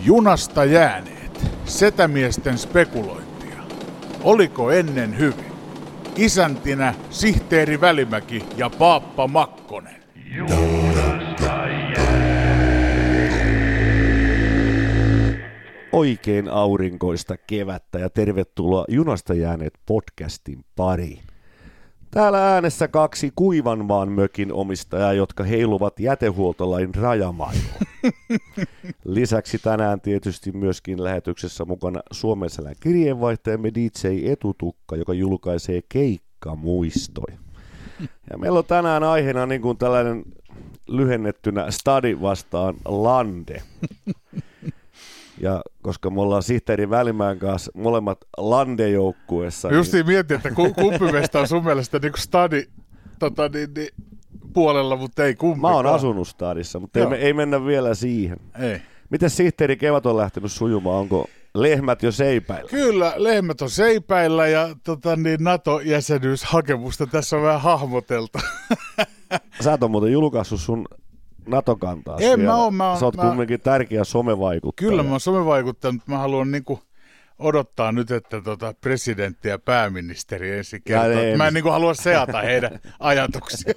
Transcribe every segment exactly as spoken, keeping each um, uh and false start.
Junasta jääneet. Setämiesten spekulointia. Oliko ennen hyvin? Isäntinä sihteeri Välimäki ja paappa Makkonen. Junasta Oikein aurinkoista kevättä ja tervetuloa Junasta jääneet podcastin pariin. Täällä äänessä kaksi Kuivanmaan mökin omistajaa, jotka heiluvat jätehuoltolain rajamailla. Lisäksi tänään tietysti myöskin lähetyksessä mukana Suomenselän kirjeenvaihtajamme D J Etutukka, joka julkaisee keikkamuistoja. Ja meillä on tänään aiheena niin kuin tällainen lyhennettynä Stadi vastaan Lande. Ja koska me ollaan sihteeri Välimäen kanssa molemmat Lande-joukkueessa. Justiin niin mietin, että kumpi meistä on sun mielestä niin kuin Stadi tota, niin, niin, puolella, mutta ei kumpikaan. Mä oon asunut Stadissa, mutta ei, me, ei mennä vielä siihen. Ei. Miten sihteeri kevät on lähtenyt sujumaan? Onko lehmät jo seipäillä? Kyllä, lehmät on seipäillä ja tota, niin NATO-jäsenyyshakemusta tässä on vähän hahmoteltu. Sä et ole muuten julkaissut sun NATO-kantaa. En mä oo, mä oon, Sä oot mä... kumminkin tärkeä somevaikuttaja. Kyllä mä oon somevaikuttaja, mutta mä haluan niinku odottaa nyt, että tota presidentti ja pääministeri ensin kertoo. Mä en niinku halua seata heidän ajatuksia.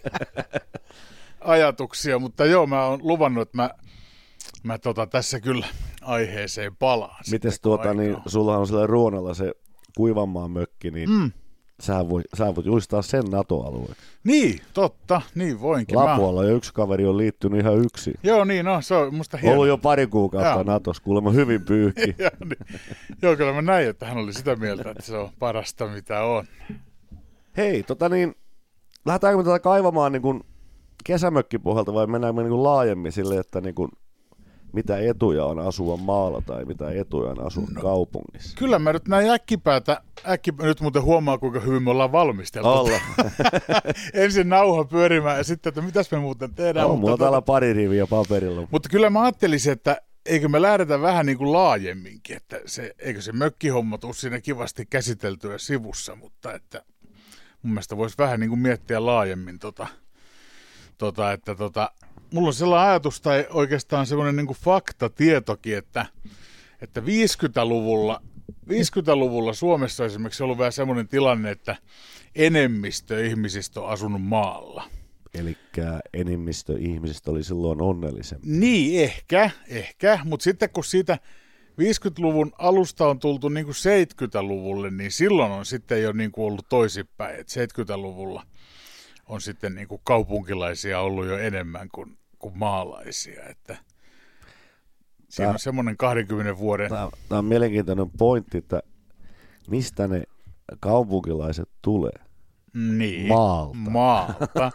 ajatuksia, mutta joo, mä oon luvannut, että mä, mä tota tässä kyllä aiheeseen palaan. Mites tuota, niin sullahan on siellä Ruonalla se Kuivanmaan mökki, niin mm. Sä voit, sä voit julistaa sen NATO-alueeksi. Niin, totta, niin voinkin. Lapualla jo yksi kaveri on liittynyt ihan yksin. Joo, niin no, se on musta hieno. Ollut jo pari kuukautta Joo. Natossa, kuulemma hyvin pyyhki. Joo, niin. Joo, kyllä mä näin, että hän oli sitä mieltä, että se on parasta mitä on. Hei, tota niin, lähdetäänkö me tätä kaivamaan niin kuin kesämökkipohjalta vai mennäänkö niin kuin laajemmin sille, että niin kuin mitä etuja on asua maalla tai mitä etuja on asua no, kaupungissa? Kyllä mä nyt näin äkkipäätä, äkki, nyt muuten huomaa kuinka hyvin me ollaan valmisteltu. Olla. Ensin nauha pyörimään ja sitten, että mitäs me muuten tehdään. No, mutta mulla on täällä pari riviä paperilla. Mutta kyllä mä ajattelisin, että eikö me lähdetä vähän niin kuin laajemminkin, että se, eikö se mökkihomma tule siinä kivasti käsiteltyä sivussa, mutta että mun mielestä voisi vähän niin kuin miettiä laajemmin tota, tota että tota, mulla on sellainen ajatus tai oikeastaan semmoinen niin kuin faktatietokin, että, että viisikymmentäluvulla, viisikymmentäluvulla Suomessa on esimerkiksi ollut vähän semmoinen tilanne, että enemmistö ihmisistä on asunut maalla. Elikkä enemmistö ihmisistä oli silloin onnellisempi. Niin, ehkä, ehkä, mutta sitten kun siitä viisikymmentäluvun alusta on tultu niin kuin seitsemänkymmentäluvulle, niin silloin on sitten jo niin kuin ollut toisinpäin, että seitsemänkymmentäluvulla on sitten niin kuin kaupunkilaisia ollut jo enemmän kuin, kuin maalaisia, että siinä tämä, on semmoinen kahdenkymmenen vuoden... Tämä, tämä on mielenkiintoinen pointti, että mistä ne kaupunkilaiset tulee? Niin, maalta. Maalta.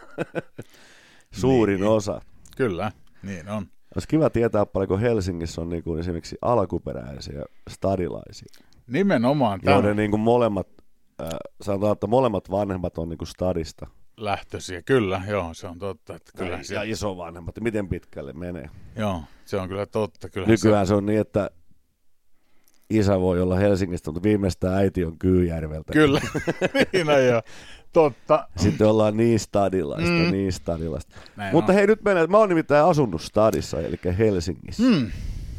Suurin niin. osa. Kyllä, niin on. Olisi kiva tietää, paljonko Helsingissä on niin kuin esimerkiksi alkuperäisiä stadilaisia. Nimenomaan tämä. Joiden niin kuin molemmat, äh, sanotaan, että molemmat vanhemmat on niin kuin stadista. Lähtöisiä, kyllä, joo, se on totta. Että kyllä ja, se... ja isovanhemmat, miten pitkälle menee. Joo, se on kyllä totta. Kyllä Nykyään se... se on niin, että isä voi olla Helsingistä, mutta viimeistään äiti on Kyyjärveltä. Kyllä, niin on joo, totta. Sitten ollaan niin stadilaista, mm. niin stadilaista. Näin mutta on. hei, nyt mennään, mä oon nimittäin asunut stadissa, eli Helsingissä. Mm.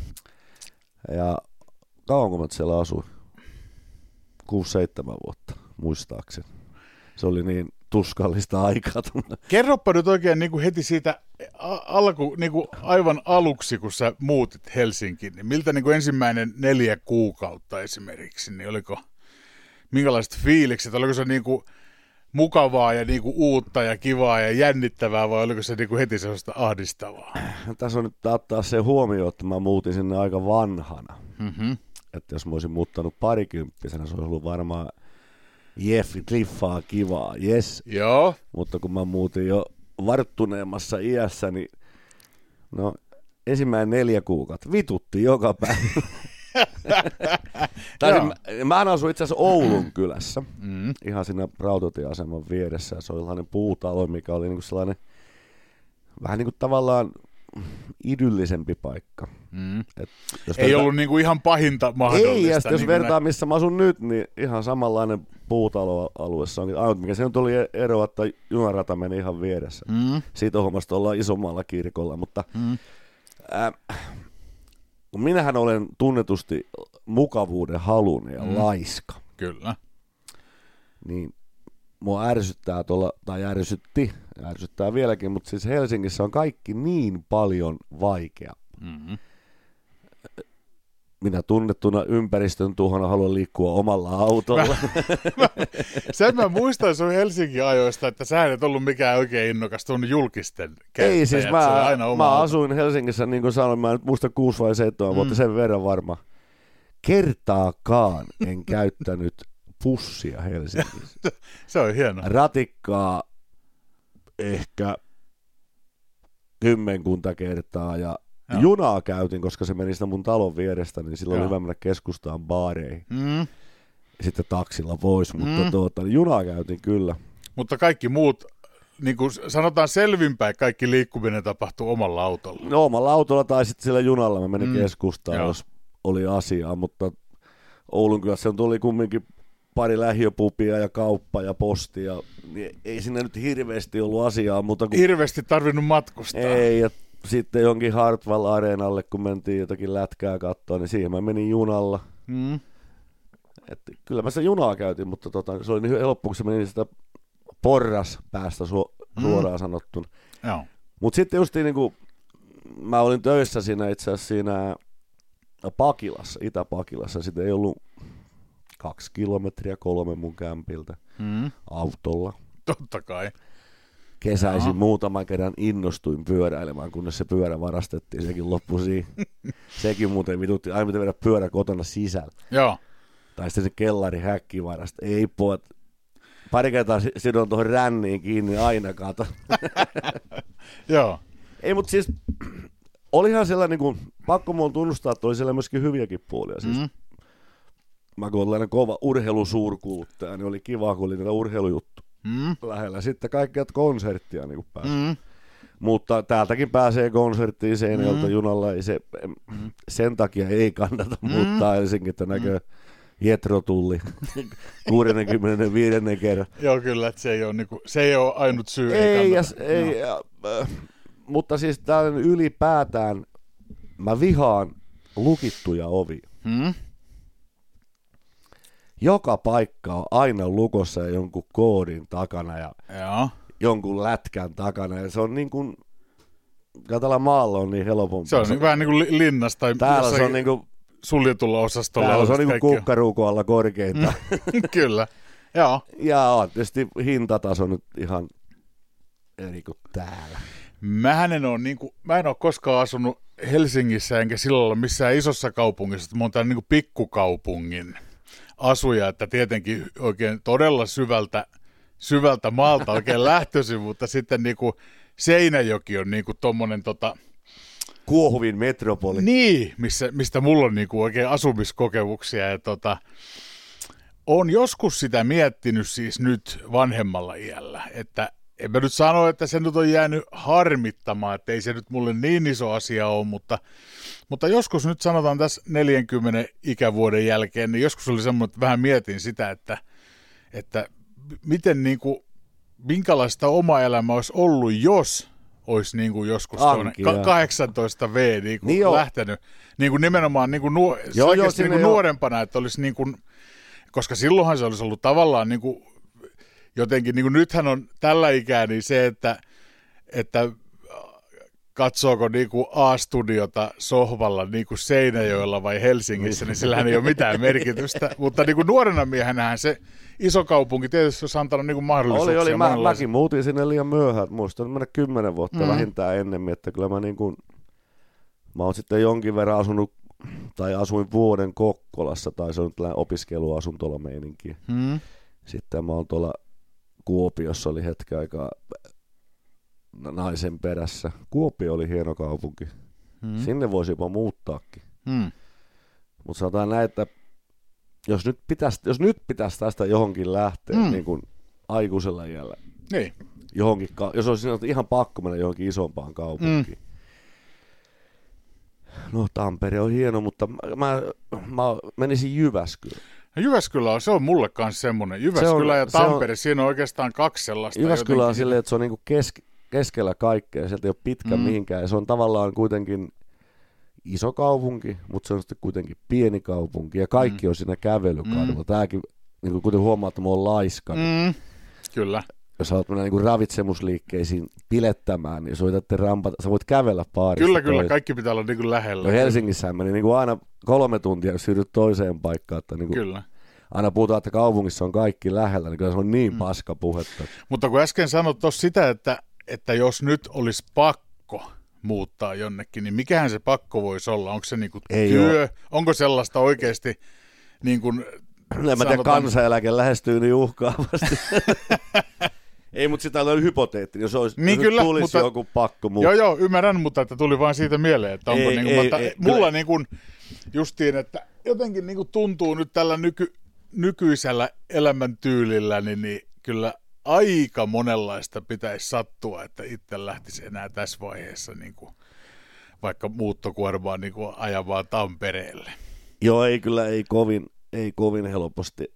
Ja kauanko mä siellä asuin? kuusi seitsemän vuotta, muistaakseni. Se oli niin tuskallista aikaa. Kerropa nyt oikein niin kuin heti siitä alku, niin kuin aivan aluksi, kun sä muutit Helsinkiin, niin miltä niin kuin ensimmäinen neljä kuukautta esimerkiksi, niin oliko, minkälaiset fiilikset, oliko se niin kuin mukavaa ja niin kuin uutta ja kivaa ja jännittävää vai oliko se niin kuin heti sellaista ahdistavaa? Tässä on nyt ottaa se huomioon, että mä muutin sinne aika vanhana. Mm-hmm. Että jos mä olisin muuttanut parikymppisenä, se olisi ollut varmaan Jeffi, kliffaa, kivaa, jes. Joo. Mutta kun mä muutin jo varttuneemmassa iässä, niin no ensimmäinen neljä kuukautta vitutti joka päivä. mä, mä asuin itse asiassa Oulun kylässä, mm. ihan siinä rautatieaseman vieressä. Se oli sellainen puutalo, mikä oli niinku sellainen vähän niin kuin tavallaan idyllisempi paikka. Mm. Et jos ei verta... ollut niinku ihan pahinta mahdollista. Ei, ja jos niin vertaa, missä mä asun nyt, niin ihan samanlainen puutaloalueessa on. Ainut, mikä se nyt oli ero, että junarata meni ihan vieressä. Mm. Siitä hommasta ollaan isommalla kirkolla, mutta mm. äh, minähän olen tunnetusti mukavuuden halunen ja mm. laiska. Kyllä. Niin mua ärsyttää tuolla, tai ärsytti, ärsyttää vieläkin, mutta siis Helsingissä on kaikki niin paljon vaikea. Mm-hmm. Minä tunnettuna ympäristön tuhona haluan liikkua omalla autolla. Mä, mä, sen mä muistan sun Helsingin ajoista, että sä et ollut mikään oikein innokas tuon julkisten käyttäjät. Ei siis, mä, aina oma mä auto. asuin Helsingissä, niin kuin sanoin, mä en muista kuusi vai seitsemän, mm. mutta sen verran varma. Kertaakaan en käyttänyt pussia Helsingissä. Se on hieno. Ratikkaa ehkä kymmenkunta kertaa ja Joo. junaa käytin, koska se meni sitä mun talon vierestä, niin silloin Joo. oli hyvä mennä keskustaan baareihin. Mm. Sitten taksilla pois, mm. mutta tuota, junaa käytin kyllä. Mutta kaikki muut, niin kuin sanotaan selvinpäin, kaikki liikkuminen tapahtuu omalla autolla. No omalla autolla tai sitten sillä junalla mä menin mm. keskustaan, Joo. jos oli asiaa, mutta Oulun kylässä tuli kumminkin pari lähiöpupia ja kauppa ja posti, ja niin ei sinne nyt hirveästi ollut asiaa. Mutta kun... Hirveästi tarvinnut matkustaa. Ei, ja sitten jonkin Hartwall-areenalle, kun mentiin jotakin lätkää katsoa, niin siihen mä menin junalla. Mm. Et kyllä mä sitä junaa käytin, mutta tota, se oli niin helppo, kun se meni sitä porras päästä su- suoraan mm. sanottuna. Mutta sitten just niin kuin mä olin töissä siinä itse asiassa siinä Pakilassa, Itä-Pakilassa, sitten ei ollut kaksi kilometriä kolme mun kämpiltä mm. autolla. Totta kai. Kesäisin Aha. muutaman kerran innostuin pyöräilemään, kunnes se pyörä varastettiin, sekin loppui siihen. Sekin muuten vitutti, aina pitää viedä pyörä kotona sisällä. Joo. Tai sitten se kellari häkki varasta. Ei poat, pari kertaa sidon tuohon ränniin kiinni, aina kato. Joo. Ei, mutta siis olihan siellä niin kuin, pakko mulla tunnustaa, että oli siellä myöskin hyviäkin puolia. Siis, mm. Mä kun olen kova urheilusuurkuluttaja, niin oli kiva, kun oli niitä urheilujuttuja. Mm. lähellä. Sitten kaikkea konserttia niin pääsee. Mm. Mutta täältäkin pääsee konserttiin Seinäjältä mm. junalla. Ei se, mm. Sen takia ei kannata mm. muuttaa Helsingin, että näkö Jetro Tulli kuusikymmentäviisi kerran. Joo, kyllä, että se ei ole, niin kuin, se ei ole ainut syy. Ei, ei, ja, ei ja, äh, mutta siis tällainen ylipäätään, mä vihaan lukittuja ovia. Mm. Joka paikka on aina lukossa ja jonkun koodin takana ja Joo. jonkun lätkän takana. Ja se on niin kuin, katsotaan maalla on niin helpompaa. Se on niin, vähän niin kuin linnassa tai täällä se on niin kuin, suljetulla osastolla. Täällä se on niin kuin kukkaruukoalla korkeinta. Kyllä, joo. Ja on tietysti hintataso nyt ihan eri kuin täällä. Mähän en ole, niin kuin, mä en ole koskaan asunut Helsingissä enkä sillä lailla missään isossa kaupungissa. Mä oon täällä niin kuin pikkukaupungin asuja, että tietenkin oikein todella syvältä, syvältä maalta oikein lähtöisin, mutta sitten niin kuin Seinäjoki on niin kuin tommonen tota... kuohuvin metropoli. Niin, missä, mistä mulla on niin kuin oikein asumiskokemuksia. Ja tota, olen joskus sitä miettinyt siis nyt vanhemmalla iällä, että en mä nyt sano, että se nyt on jäänyt harmittamaan, että ei se nyt mulle niin iso asia ole, mutta, mutta joskus nyt sanotaan tässä neljänkymmenen ikävuoden jälkeen, niin joskus oli semmoinen, että vähän mietin sitä, että, että miten niin kuin, minkälaista oma elämä olisi ollut, jos olisi niin kuin joskus ka- kahdeksantoista vuotta niin kuin niin lähtenyt, niin kuin nimenomaan niin kuin nuo- joo, joo, niin kuin nuorempana, että olisi niin kuin, koska silloinhan se olisi ollut tavallaan niin kuin jotenkin, niin kuin nythän on tällä ikää, niin se, että, että katsooko niin kuin A-studiota sohvalla niin kuin Seinäjoella vai Helsingissä, niin sillähän ei ole mitään merkitystä. Mutta niin kuin nuorena miehenähän se iso kaupunki tietysti olisi antanut niin kuin mahdollisuuksia. Oli, oli. Mä, mäkin muutin sinne liian myöhään. Muistan mennä kymmenen vuotta mm. vähintään ennemmin, että kyllä mä niin kuin, mä oon sitten jonkin verran asunut, tai asuin vuoden Kokkolassa, tai se on tällainen opiskeluasuntola meininki. Mm. Sitten mä oon tuolla Kuopiossa oli hetken aikaa naisen perässä. Kuopio oli hieno kaupunki. Hmm. Sinne voisi jopa muuttaakin. Hmm. Mutta sanotaan näin, että jos nyt pitäisi, jos nyt pitäisi tästä johonkin lähteä hmm. niin kuin aikuisella iällä, niin. johonkin, jos olisi ihan pakko mennä johonkin isompaan kaupunkiin. Hmm. No Tampere on hieno, mutta mä, mä, mä menisin Jyväskylään. Jyväskylä on, se on mulle kanssa semmoinen. Jyväskylä on, ja Tampere, on, siinä on oikeastaan kaksi sellaista. Jyväskylä jotenkin. On silleen, että se on niinku kes, keskellä kaikkea, sieltä ei ole pitkä mm. mihinkään. Ja se on tavallaan kuitenkin iso kaupunki, mutta se on sitten kuitenkin pieni kaupunki ja kaikki mm. on siinä kävelykadulla. Mm. Tämäkin, niin kuin kuten huomaat, että mä oon laiska. Mm. Kyllä. Jos haluat mennä niin ravitsemusliikkeisiin pilettämään, niin soitatte rampata. Sä voit kävellä paarista. Kyllä, kyllä. Toiseen. Kaikki pitää olla niin kuin lähellä. No Helsingissä meni niin kuin aina kolme tuntia, jos siirryt toiseen paikkaan. Että niin kuin kyllä. Aina puhutaan, että kaupungissa on kaikki lähellä, niin kyllä se on niin mm. paska puhetta. Mutta kun äsken sanoit tuossa sitä, että, että jos nyt olisi pakko muuttaa jonnekin, niin mikähän se pakko voisi olla? Onko se niin kuin työ? Ole. Onko sellaista oikeasti niin kuin en mä tiedä, kansaneläke lähestyy niin uhkaavasti. Ei, mutta sitä oli hypoteettinen, jos olisi, niin jos kyllä, tulisi mutta, joku pakko muuta. Joo, joo, ymmärrän, mutta että tuli vaan siitä mieleen, että onko ei, niin kuin, ei, mutta, ei, mulla niin kuin justiin, että jotenkin niin kuin tuntuu nyt tällä nyky, nykyisellä elämäntyylillä, niin, niin kyllä aika monenlaista pitäisi sattua, että itse lähtisi enää tässä vaiheessa niin kuin, vaikka muuttokuormaa niin kuin ajavaa Tampereelle. Joo, ei kyllä, ei kovin, ei kovin helposti.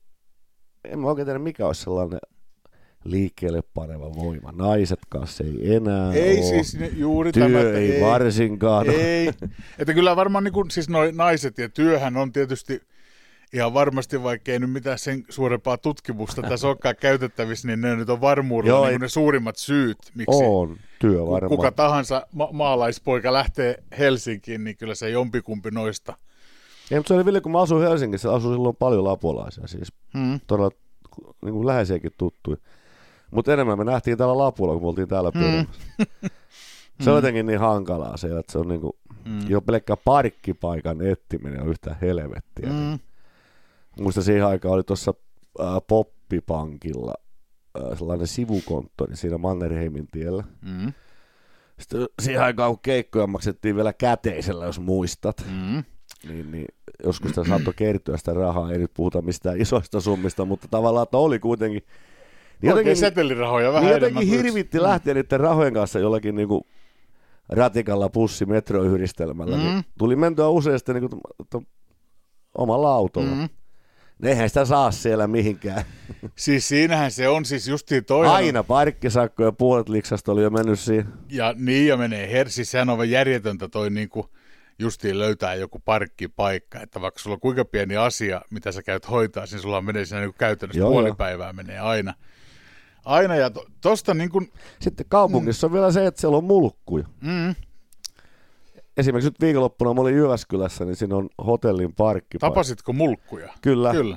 En mä oikein tiedä, mikä olisi sellainen liikkeelle paneva voima. Naiset kanssa ei enää Ei ole. siis juuri Työ tämä. ei, ei varsinkaan. Ei. Että kyllä varmaan niin kuin, siis noi naiset ja työhän on tietysti ihan varmasti, vaikka ei nyt mitään sen suurempaa tutkimusta tässä olekaan käytettävissä, niin ne nyt on varmuudella Joo, niin kuin ne suurimmat syyt, miksi on, työ varmaan. Kuka tahansa ma- maalaispoika lähtee Helsinkiin, niin kyllä se jompikumpi noista. Ei, mutta se oli Ville, kun mä asuin Helsingissä, asuin silloin paljon lapulaisia, siis hmm. todella niin kuin läheisiäkin tuttuja. Mutta enemmän me nähtiin täällä Lapulla, kun me oltiin täällä pyörimässä. Mm. Se on jotenkin niin hankalaa se, että se on niinku, mm. jo pelkkä parkkipaikan etsiminen on yhtä helvettiä. Mm. Muistan siihen aikaan oli tuossa äh, Poppipankilla äh, sellainen sivukonttori siinä Mannerheimin tiellä. Mm. Sitten siihen aikaan, kun keikkoja maksettiin vielä käteisellä, jos muistat, mm. niin, niin joskus sitä saattoi kertyä sitä rahaa. Ei nyt puhuta mistään isoista summista, mutta tavallaan että oli kuitenkin niin jotenkin setelirahoja vähän niin enemmän. Jotenkin hirvitti mm. lähteä niiden rahojen kanssa jollakin niinku ratikalla pussi metroyhdistelmällä. Mm. Niin tuli mentyä useasti niinku t- omalla autolla. Mm. Eihän sitä saa siellä mihinkään. Siis siinähän se on siis justiin toinen. Aina parkkisakko ja puolet liksasta oli jo mennyt siihen. Ja niin ja menee hersi. Sehän on järjetöntä toi niinku justiin löytää joku parkkipaikka, että vaikka sulla on kuinka pieni asia, mitä sä käyt hoitaa, niin sulla menee siinä niinku käytännössä joo, puoli jo. päivää menee aina. Aina ja to, tosta niin kuin sitten kaupungissa mm. on vielä se, että siellä on mulkkuja. Mm. Esimerkiksi nyt viikonloppuna mä olin Jyväskylässä, niin siinä on hotellin parkkipaikka. Tapasitko mulkkuja? Kyllä. Kyllä.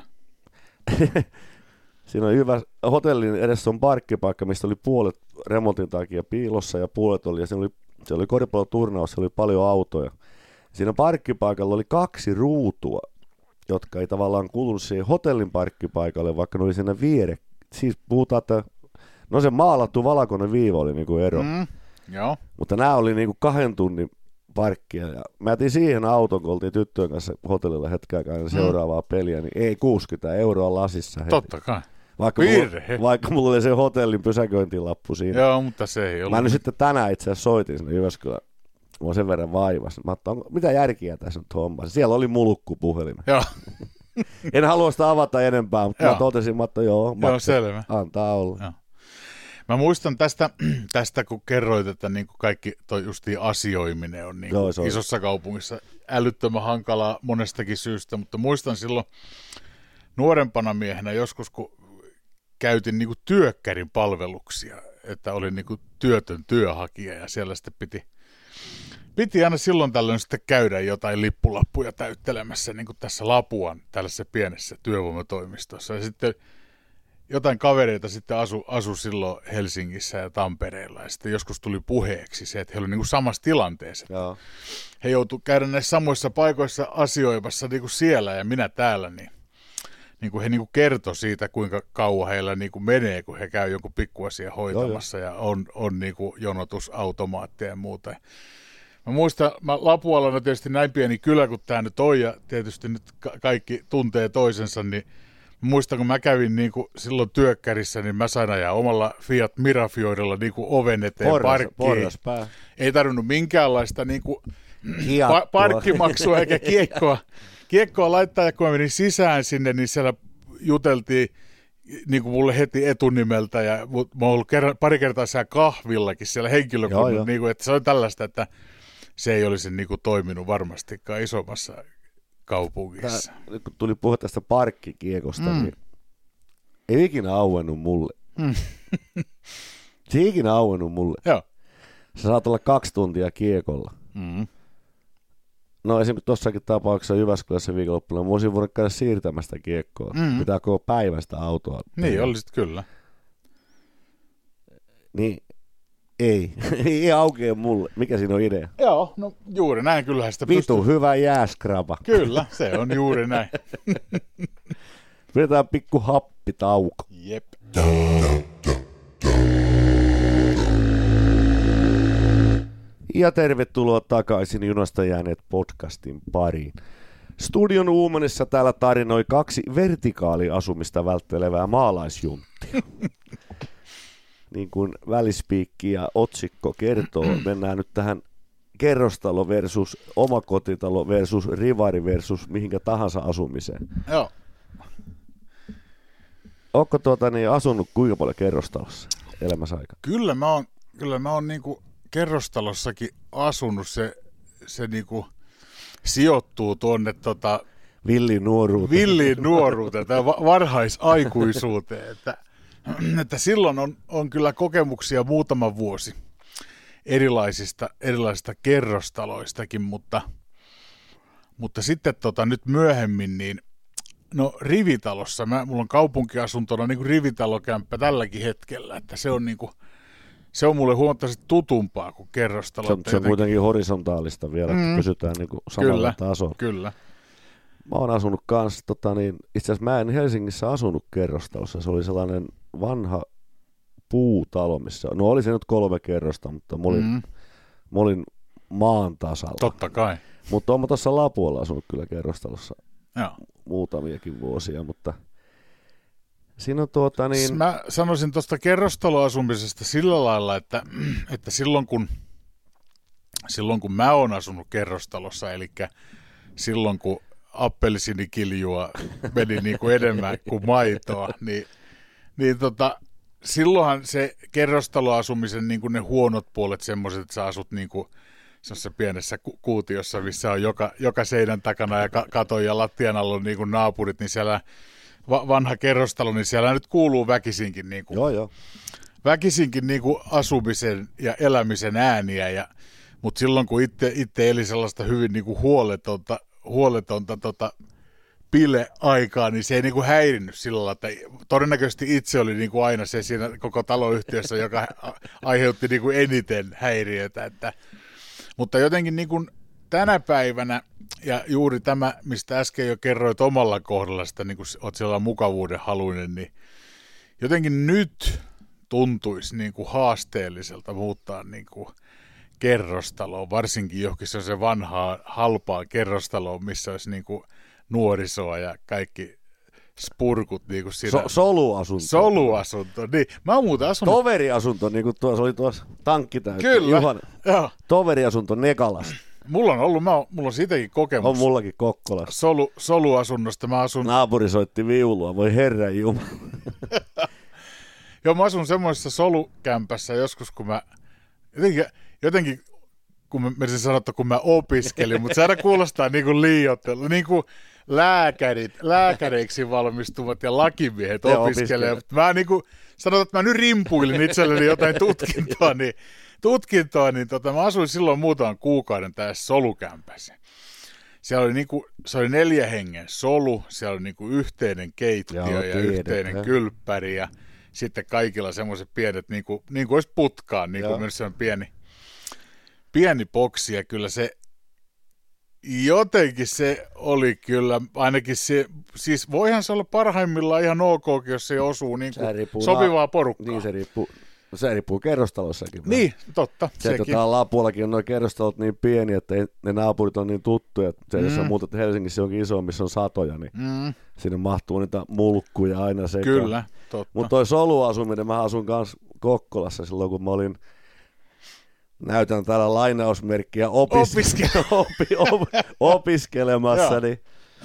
Siinä on Jyväs... hotellin edessä on parkkipaikka, mistä oli puolet remontin takia piilossa ja puolet oli, ja siinä oli, se oli koripalloturnaus, se oli paljon autoja. Siinä parkkipaikalla oli kaksi ruutua, jotka ei tavallaan kuulu siihen hotellin parkkipaikalle, vaikka ne oli siinä viere. Siis puhutaan, että no se maalattu valkoinen viiva oli niinku ero. Mm, joo. Mutta nämä oli niinku kahden tunnin parkkia. Ja mä jätin siihen auton, kun oltiin tyttöjen kanssa hotellilla hetken aikaa mm. seuraavaa peliä, niin ei kuusikymmentä euroa lasissa heti. Totta kai. Vaikka mulla, vaikka mulla oli se hotellin pysäköintilappu siinä. Joo, mutta se ei ollut. Mä nyt sitten tänään itse asiassa soitin sinne Jyväskylään. Mä oon sen verran vaivassa. Mä ajattelin, mitä järkiä tässä nyt hommassa. Siellä oli mulkku puhelin. Joo. En halua sitä avata enempää, mutta joo. Mä totesin, että joo, joo selvä. Antaa olla. Joo. Mä muistan tästä, tästä kun kerroit, että niin kuin kaikki toi justiin asioiminen on, niin kuin joo, isossa kaupungissa älyttömän hankalaa monestakin syystä, mutta muistan silloin nuorempana miehenä joskus, kun käytin niin kuin työkkärin palveluksia, että olin niin kuin työtön työhakija ja siellä sitten piti Piti aina silloin tällöin sitten käydä jotain lippulappuja täyttelemässä, niin kuin tässä Lapuan tällaisessa pienessä työvoimatoimistossa. Ja sitten jotain kavereita sitten asu, asu silloin Helsingissä ja Tampereella. Ja sitten joskus tuli puheeksi se, että he olivat niin kuin samassa tilanteessa. Joo. He joutuivat käydä näissä samoissa paikoissa asioimassa niin kuin siellä ja minä täällä. Niin, niin kuin he niin kuin kertoi siitä, kuinka kauan heillä niin kuin menee, kun he käy jonkun pikkuasian hoitamassa. Joo, jo. Ja on, on niin kuin jonotusautomaatteja ja muuta. Mä muistan, mä Lapualana tietysti näin pieni kylä kuin tämä nyt on, ja tietysti nyt ka- kaikki tuntee toisensa, niin mä muistan, kun mä kävin niin kuin silloin työkkärissä, niin mä sain ajaa omalla Fiat Mirafioidella niin kuin oven eteen Porras, parkkiin. Ei tarvinnut minkäänlaista niin kuin pa- parkkimaksua eikä kiekkoa. Kiekkoa laittaa, ja kun mä menin sisään sinne, niin siellä juteltiin niin kuin mulle heti etunimeltä, ja mä oon ollut kerran, pari kertaa siellä kahvillakin siellä henkilökunnan, niin kuin, että se on tällaista, että se ei olisi niin kuin toiminut varmastikaan isommassa kaupungissa. Tää, kun tuli puhua tästä parkkikiekosta, mm. niin ei ikinä auennut mulle. Mm. Se ei ikinä auennut mulle. Joo. Sä saat olla kaksi tuntia kiekolla. Mm. No esimerkiksi tuossakin tapauksessa Jyväskylässä viikonloppuna mä olisin voinut käydä siirtämästä kiekkoa. Mm. Pitää koko päivästä autoa. Niin, olisit kyllä. Niin, ei. ei aukea mulle. Mikä siinä on idea? Joo, no juuri näin, kyllähän sitä Vitu, pystyy. hyvä jääskrapa. Kyllä, se on juuri näin. Pidetään pikku happitauko. Jep. Ja tervetuloa takaisin Junasta jääneet podcastin pariin. Studion Uumanissa täällä tarinoi kaksi vertikaaliasumista välttelevää maalaisjunttia. Niin kuin välispiikki ja otsikko kertoo, mennään nyt tähän kerrostalo versus omakotitalo versus rivari versus mihinkä tahansa asumiseen. Joo. Ootko tuota niin asunut kuinka paljon kerrostalossa elämässä aikana? Kyllä mä oon, kyllä mä oon niinku kerrostalossakin asunut, se, se niinku sijoittuu tuonne tota Villiin nuoruuteen. Villiin nuoruuteen tai varhaisaikuisuuteen, että, että silloin on, on kyllä kokemuksia muutama vuosi erilaisista, erilaisista kerrostaloistakin, mutta, mutta sitten tota, nyt myöhemmin, niin no rivitalossa, mä, mulla on kaupunkiasuntona niin kuin rivitalokämppä tälläkin hetkellä, että se on, niin kuin, se on mulle huomattavasti tutumpaa kuin kerrostalo. Se on, se on kuitenkin horisontaalista vielä, että mm. pysytään niin kuin samalla kyllä, tasolla. Kyllä. Mä oon asunut kanssa, tota niin, itse asiassa mä en Helsingissä asunut kerrostalossa, se oli sellainen vanha puutalo, missä, no oli se nyt kolme kerrosta, mutta mä olin, mm. mä olin maan tasalla. Totta kai. Mutta oon mä tuossa Lapualla asunut kyllä kerrostalossa Joo. muutamiakin vuosia, mutta siinä on tuota niin... Mä sanoisin tuosta kerrostaloasumisesta sillä lailla, että, että silloin, kun, silloin kun mä oon asunut kerrostalossa, eli silloin kun appelsiinikiljua meni niin kuin enemmän kuin maitoa, niin, niin tota, silloinhan se kerrostaloasumisen niin kuin ne huonot puolet semmoiset, että sä asut niin kuin semmoisessa pienessä ku- kuutiossa, missä on joka, joka seinän takana ja ka- katon ja lattian alla on niin kuin naapurit, niin siellä va- vanha kerrostalo, niin siellä nyt kuuluu väkisinkin, niin kuin, joo, joo. väkisinkin niin kuin asumisen ja elämisen ääniä, ja, mutta silloin kun itse, itse eli sellaista hyvin niin kuin huoletonta, huoletonta tota, pile-aikaa, niin se ei niin kuin häirinnyt sillä lailla, että todennäköisesti itse oli niin kuin aina se siinä koko taloyhtiössä, joka aiheutti niin kuin eniten häiriötä, että mutta jotenkin niin kuin tänä päivänä, ja juuri tämä, mistä äsken jo kerroit omalla kohdalla, sitä niin kuin olet siellä mukavuuden haluinen, niin jotenkin nyt tuntuisi niin kuin haasteelliselta muuttaa niin kuin kerrostaloon, varsinkin johonkin se on se vanhaa halpaa kerrostaloon, missä olisi niin kuin nuorisoa ja kaikki spurkut niin kuin siinä. So, soluasunto. Soluasunto, niin. Mä oon muuten asunut. Toveriasunto, niin kuin tuossa oli tuossa tankki täytyy. Kyllä, Juhan, joo. Toveriasunto Nekalassa. Mulla on ollut, mä oon, mulla on siitäkin kokemus. On mullakin Kokkolassa. Solu, soluasunnosta mä asun. Naapuri soitti viulua, voi herran jumala. Joo, mä asun semmoisessa solukämpässä joskus, kun mä jotenkin, jotenkin kun mä menisin sanoa, että kun mä opiskelin, mutta se aina kuulostaa niin kuin liioittelu, niin kuin lääkärit, lääkäreiksi valmistuvat ja lakimiehet opiskelevat. Mä niin kuin, sanotaan, että mä nyt rimpuilin itselleni jotain tutkintoa, niin, tutkintoa, niin tota, mä asuin silloin muutaman kuukauden tässä solukämpässä. Siellä oli niin kuin, se oli neljä hengen solu, siellä oli niin kuin yhteinen keittiö Joo, ja tiedät, yhteinen he. kylppäri ja sitten kaikilla semmoiset pienet, niin kuin, niin kuin olisi putkaan, niin kuin myös semmoinen pieni, pieni boksi ja kyllä se jotenkin se oli kyllä, ainakin se, siis voihan se olla parhaimmillaan ihan ok, jos se osuu niin kuin sopivaa porukkaa. Niin se riippuu, se riippuu kerrostalossakin. Niin, totta. Se, että täällä Lapuollakin on nuo kerrostalot niin pieni, että ei, ne naapurit on niin tuttuja, että se, mm. jos sä muutat Helsingissä onkin iso, missä on satoja, niin mm. sinne mahtuu niitä mulkkuja aina sekaan. Kyllä, totta. Mutta toi soluasuminen, mä asun kanssa Kokkolassa silloin, kun mä olin, näytän täällä lainausmerkkiä opis- Opiske- opi, op, opiskelemassa, niin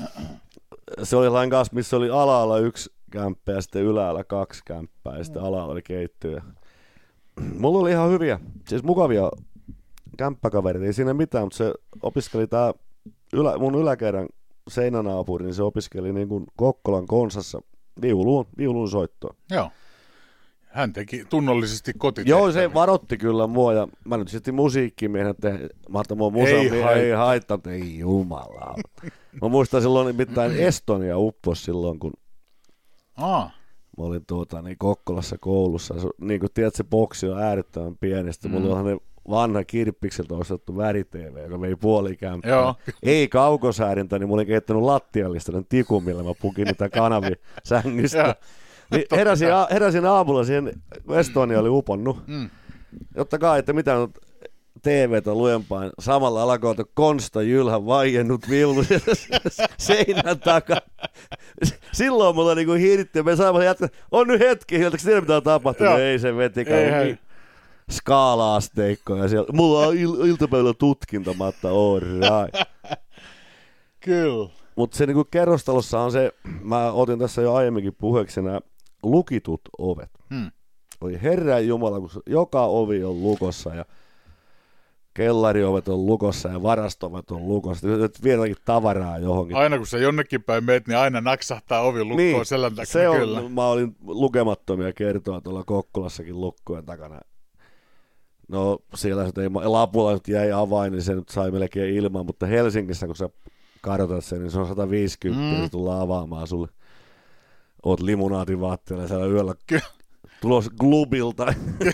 se oli lain kanssa, missä oli alalla yksi kämppä ja sitten ylällä kaksi kämppää ja sitten alalla oli keittiö. Mulla oli ihan hyviä, siis mukavia kämppäkaverit, ei siinä mitään, mutta se opiskeli tää ylä, mun yläkerran seinänaapuri, niin se opiskeli niin kuin Kokkolan Konsassa viuluun, viulun soittoa. Joo. Hän teki tunnollisesti kotitehtäviä. Joo, se varotti kyllä mua, ja mä nyt sitten musiikkimiehen, että mä ajattelin, mua musa, ei, haittaa. ei haittaa, ei jumala. Mä muistan silloin nimittäin Estonia uppos silloin, kun Aa. mä olin tuota, niin Kokkolassa koulussa. Niin kuin tiedät, se boksi on äärettömän pienestä. Mm. Mulla on ne vanha kirppikseltä ostettu väri-T V, joka vei puolikämppää. Joo. Ei kaukosäädintä, niin mä olin kehittänyt lattiallista den tikun, millä mä pukin niitä kanavia sängystä. Niin heräsin, heräsin aamulla siihen, kun Estonia oli uponnut. Mm. Jotta kai, että mitä on T V:tä lujempaan. Samalla alkoi Konsta Jylhä vaiennut viulu seinän takaa. Silloin mulla niinku hirtti. Me saimme jatkaa. On nyt hetki, hieltäkö tiedä mitä on tapahtunut? Joo. Ei se vetikään. Skaala-asteikkoja siellä. Mulla on il- iltapäivällä tutkinta, mä otta right. Kyllä. Mutta se niinku kerrostalossa on se, mä otin tässä jo aiemminkin puheeksi nämä lukitut ovet. Hmm. Oli Herran Jumala, kun joka ovi on lukossa ja kellariovet on lukossa ja varastovet on lukossa. Nyt vieläkin tavaraa johonkin. Aina kun sä jonnekin päin meet, niin aina naksahtaa ovi lukkoon niin, selän takana. Se on, kyllä. Mä olin lukemattomia kertoa tuolla Kokkolassakin lukkojen takana. No siellä ei, lapulla nyt jäi avain, niin se nyt sai melkein ilman, mutta Helsingissä kun sä kadotat sen, niin se on sata viisikymmentä mm. ja se tullaan avaamaan sulle. Oot limunaatin vaatteella siellä yöllä tulos klubilta.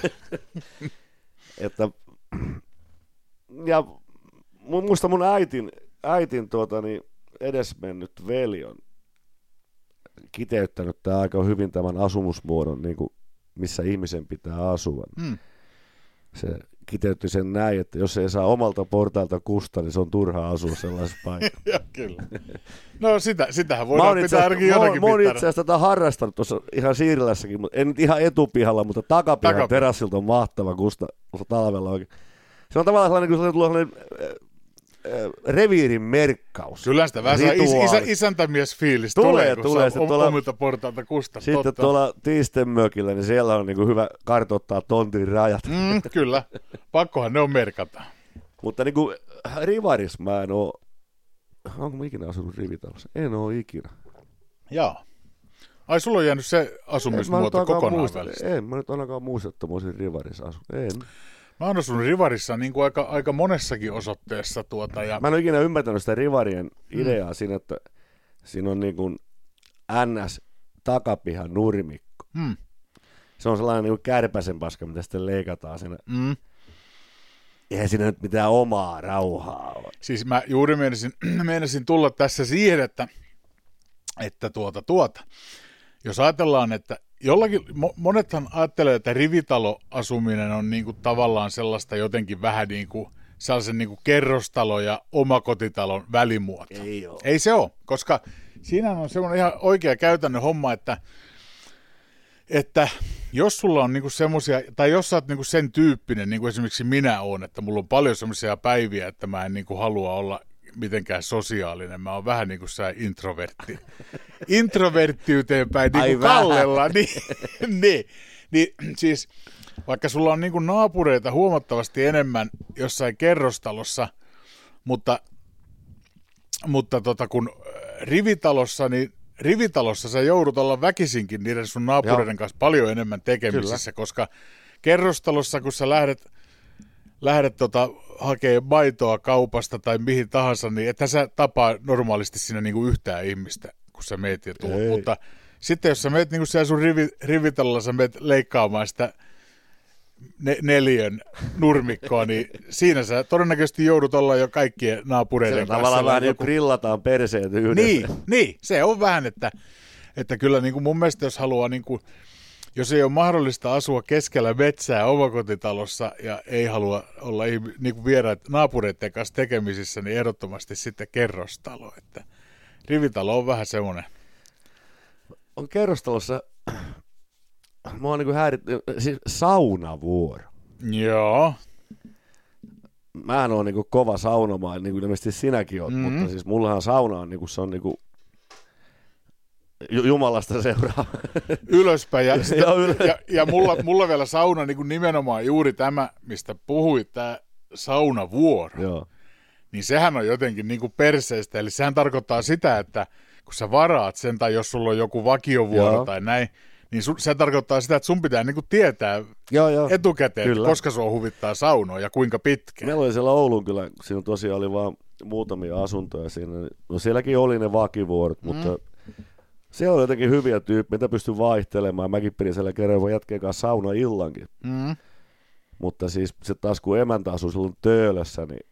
Että, ja muista mun äitin, äitin tuota, niin edesmennyt veli on kiteyttänyt tää aika hyvin tämän asumusmuodon, niin kuin missä ihmisen pitää asua. Mm. Se kiteytti sen näin, että jos ei saa omalta portailta kusta, niin se on turha asua sellaisessa paikassa. Joo, kyllä. No sitä, sitähän voidaan pitää ainakin jotakin pitää. Mä oon itse asiassa tätä harrastanut tuossa ihan Siirilässäkin, mutta en nyt ihan etupihalla, mutta takapihan Takap... terassilta on mahtava kusta talvella oikein. Se on tavallaan sellainen, kun sellainen reviirin merkkaus. Kyllä sitä vähän is, isä, isäntämiesfiilis tulee, tulee, kun tulee saa tuolla, omilta portailta kusta. Sitten totta. Tuolla Tiisten mökillä, niin siellä on niin kuin hyvä kartoittaa tontin rajat. Mm, kyllä, pakkohan ne on merkata. Mutta niin kuin Rivaris mä en oo, onko mä ikinä asunut rivitalossa? En oo ikinä. Joo. Ai sulla on jäänyt se asumismuoto kokonaan muista, välistä. En mä nyt ainakaan muista, että mä olisin Rivarissa asunut. En. Mä oon asunut Rivarissa niin kuin aika, aika monessakin osoitteessa. Tuota, ja... Mä en ole ikinä ymmärtänyt sitä Rivarien ideaa mm. siinä, että siinä on niin kuin N S-takapihan nurmikko. Mm. Se on sellainen niin kuin kärpäsen paska, mitä sitten leikataan siinä. Mm. Eihän siinä nyt mitään omaa rauhaa ole. Siis mä juuri meinasin, meinasin tulla tässä siihen, että, että tuota, tuota. Jos ajatellaan, että jollakin, monethan ajattelee, että rivitaloasuminen on niinku tavallaan sellaista jotenkin vähän niin kuin sellaisen niinku kerrostalo- ja omakotitalon välimuoto. Ei ole. Ei se ole, koska siinä on semmoinen ihan oikea käytännön homma, että, että jos sulla on niinku semmoisia, tai jos sä oot niinku sen tyyppinen, niin kuin esimerkiksi minä oon, että mulla on paljon semmoisia päiviä, että mä en niinku halua olla mitenkään sosiaalinen. Mä oon vähän niin kuin sä introvertti. Introverttiyteen päin niin kuin Kallella. Niin, niin, niin, siis vaikka sulla on niin kuin naapureita huomattavasti enemmän jossain kerrostalossa, mutta, mutta tota, kun rivitalossa, niin rivitalossa sä joudut olla väkisinkin niiden sun naapureiden Joo. kanssa paljon enemmän tekemisissä, Kyllä. koska kerrostalossa, kun sä lähdet, lähdet tota, hakee maitoa kaupasta tai mihin tahansa, niin ethän sä tapaa normaalisti siinä niinku yhtään ihmistä, kun sä meet ja tuot. Mutta sitten jos sä meet niinku siellä sun rivi, rivitalolla, sä meet leikkaamaan sitä ne, neljön nurmikkoa, niin siinä sä todennäköisesti joudut olla jo kaikkien naapureiden se kanssa. Tavallaan vähän joku... grillataan perseet yhdessä. Niin, niin, se on vähän, että, että kyllä niinku mun mielestä jos haluaa... Niinku, jos ei ole mahdollista asua keskellä metsää omakotitalossa ja ei halua olla niin kuin vieraat naapureiden kanssa tekemisissä, niin ehdottomasti sitten kerrostalo. Että rivitalo on vähän semmoinen. On kerrostalossa, mä oon niin kuin häirit, siis saunavuoro. Joo. Mä en ole niin kuin kova saunomaan, niin kuin ilmeisesti sinäkin oot, mm-hmm. mutta siis mullahan sauna on, niin kuin, se on niin kuin Jumalasta seuraa. Ylöspäin. Ja, sitä, ja, ja mulla, mulla vielä sauna niin kuin nimenomaan juuri tämä, mistä puhuit, tämä saunavuoro, Joo. niin sehän on jotenkin niin kuin perseestä. Eli sehän tarkoittaa sitä, että kun sä varaat sen tai jos sulla on joku vakiovuoro Joo. tai näin, niin sun, se tarkoittaa sitä, että sun pitää niin kuin tietää Joo, joo. etukäteen, Kyllä. että koska sua huvittaa saunoa ja kuinka pitkään. Meillä oli siellä Oulun kyllä, siinä tosiaan oli vaan muutamia asuntoja siinä. No sielläkin oli ne vakivuorot, mm. mutta siellä oli jotenkin hyviä tyyppejä, mitä pystyi vaihtelemaan. Mäkin pidin siellä kerran vaan jätkeen kanssa sauna illankin. Mm. Mutta siis se taas kun emäntä asui silloin Töölössä, niin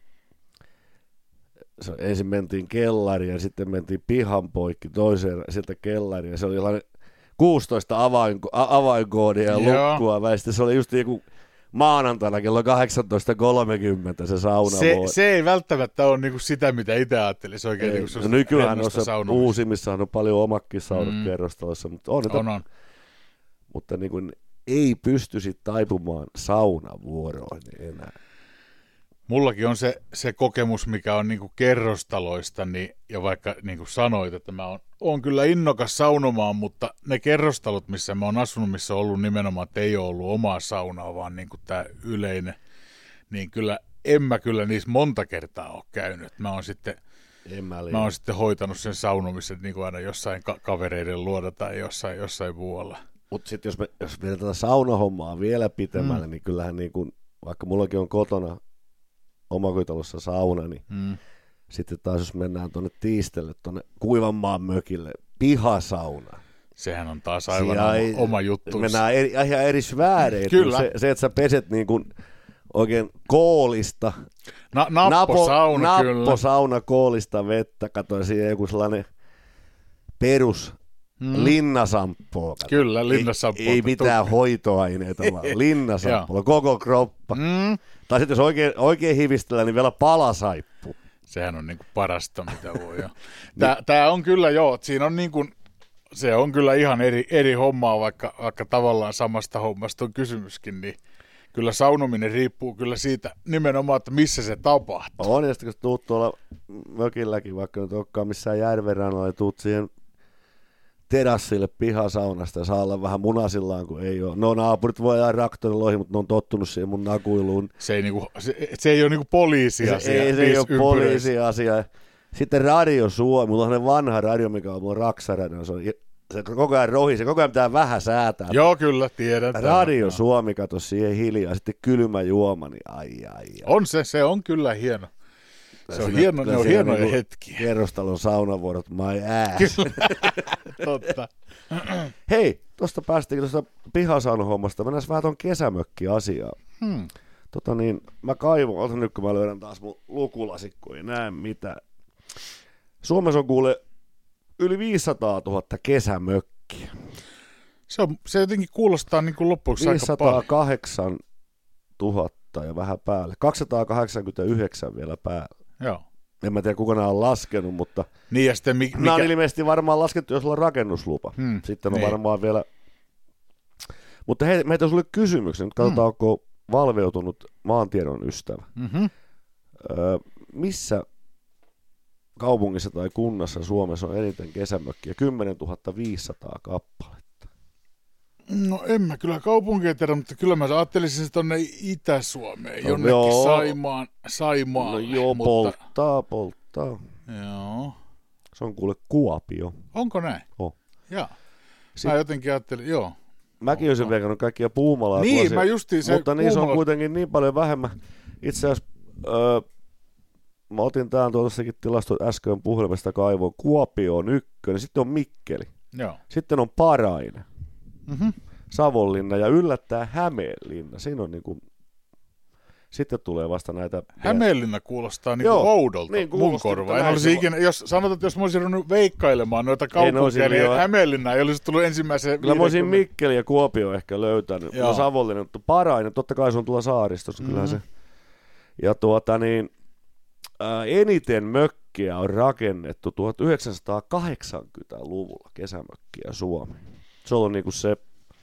se, ensin mentiin kellariin ja sitten mentiin pihan poikki toiseen sieltä kellariin. Ja se oli sellainen kuusitoista avainko, a, avainkoodia ja Joo. lukkua väistä. Se oli just joku maanantaina kello kahdeksantoista kolmekymmentä se sauna. Se, se ei välttämättä ole niinku sitä, mitä itse ajattelin. Se oikein niinku No nykyään rennosta noissa saunomista. uusimmissa on paljon omakin saunat Mm. kerrostalossa, mutta on, niitä, On, on. mutta niin kuin ei pystyisi taipumaan saunavuoroon enää. Mullakin on se, se kokemus, mikä on niinku kerrostaloista, niin, ja vaikka niin kuin sanoit, että mä oon, oon kyllä innokas saunomaan, mutta ne kerrostalot, missä mä oon asunut, missä on ollut nimenomaan, että ei ole ollut omaa saunaa, vaan niin kuin tämä yleinen, niin kyllä en mä kyllä niissä monta kertaa ole käynyt. Mä oon sitten, En mä mä oon sitten hoitanut sen saunomisen niin kuin aina jossain ka- kavereiden luoda tai jossain, jossain muualla. Mutta sitten jos me jos viedään tätä saunahommaa vielä pitemmälle, mm. niin kyllähän niin kuin, vaikka mullakin on kotona omakotitalossa sauna, niin Mm. sitten taas jos mennään tuonne Tiistelle, tuonne Kuivanmaan mökille, pihasauna. Sehän on taas aivan Siinä oma, ei- oma juttu. Mennään eri, ihan eri sfääreihin. Kyllä. Se, se, että sä peset niin kuin oikein koolista, Na, napposauna kyllä. napposauna koolista vettä, katsoin siihen joku sellainen perus Mm. linnasamppoo. kato. Kyllä, linnasamppoo. Ei, ei mitään hoitoaineita, vaan linnasamppoo, koko kroppa. Mm. Tai sitten jos oikein, oikein hivistellään, niin vielä palasaippu. Sehän on niinku parasta, mitä voi. Jo. Tää, tää on kyllä joo, että siinä on niinku, se on kyllä ihan eri, eri hommaa, vaikka, vaikka tavallaan samasta hommasta on kysymyskin, niin kyllä saunominen riippuu kyllä siitä nimenomaan, että missä se tapahtuu. On, ja sitten kun tuut tuolla mökilläkin, vaikka nyt olekaan missään järvenrannalla, niin tuut siihen terassille pihasaunasta ja saa olla vähän munasillaan, kun ei ole. No naapurit voi ajaa traktorilla ohi, mutta ne on tottunut siihen mun nakuiluun. Se ei, niinku, se, se ei ole niinku poliisiasia. Se, ei, se ei ole poliisiasia. Sitten Radio Suomi, mulla on sellainen vanha radio, mikä on mun raksaradio, se, on, se koko ajan rohi, se koko ajan pitää vähän säätää. Joo, kyllä, tiedän. Radio Suomi, kato siihen hiljaa, sitten kylmä juoma, niin ai ai ai. On se, se on kyllä hieno. Se on Siinä- hieno, ne on siinä hienoja niinku hetkiä. Kerrostalon saunavuorot, my ass. Totta. Hei, tuosta päästiin tuosta pihasaunahommasta. Mennään vähän tuon kesämökki-asiaan. Hmm. Tota niin, mä kaivon, otan nyt kun mä löydän taas mun lukulasit, kun ei näe mitään. Suomessa on kuule yli viisisataatuhatta kesämökkiä. Se, on, se jotenkin kuulostaa niin kuin loppuksi aika paljon. viisisataakahdeksantuhatta ja vähän päälle. kaksisataakahdeksankymmentäyhdeksän vielä päälle. Joo. En mä tiedä, kuka nämä on laskenut, mutta Niin ja sitten mikä... nämä on ilmeisesti varmaan laskettu, jos sulla on rakennuslupa. Hmm, Sitten on niin. varmaan vielä... Mutta hei, meitä on sulle kysymyksen. Nyt katsotaan, Hmm. onko valveutunut maantiedon ystävä. Mm-hmm. Öö, missä kaupungissa tai kunnassa Suomessa on eniten kesämökkiä? kymmenentuhatta viisisataa kappaletta. No en mä kyllä kaupunkia tiedä, mutta kyllä mä ajattelisin se tonne Itä-Suomeen, No, jonnekin joo. Saimaan, Saimaalle. No joo, mutta... polttaa, polttaa. Joo. Se on kuule Kuopio. Onko näin? On. Joo. Sit- Mä jotenkin ajattelin, joo. Mäkin olisin veikannut kaikkia Puumalaa. Niin, tuollaisia, mä justiin se mutta niissä on Puumala- kuitenkin niin paljon vähemmän. Itse asiassa öö, mä otin tämän tuossakin tilastot äsken puhelimesta kaivoon. Kuopio on ykkönen, sitten on Mikkeli, Joo. sitten on Parainen, Mm-hmm. Savonlinna ja yllättää Hämeenlinna. Siinä on niinku, sitten tulee vasta näitä... Hämeenlinna kuulostaa niinku Joo, oudolta niin mun kuulosti, korvaan. mutta En näin olisi se ikinä, jos sanotaan, että jos mä olisin ruvennut veikkailemaan noita En olisi, kaupunkeja, niin joo. Hämeenlinna ei olisi tullut ensimmäiseen Kyllä mä olisin viidenkymmenen. Mikkeli ja Kuopio ehkä löytänyt. Joo. No Savonlinna, mutta Parainen, totta kai se on tuolla saaristossa, mm-hmm. kyllähän se. Ja tuota niin, ää, eniten mökkiä on rakennettu tuhatyhdeksänsataakahdeksankymmentäluvulla kesämökkiä Suomeen. Se on ollut niinku se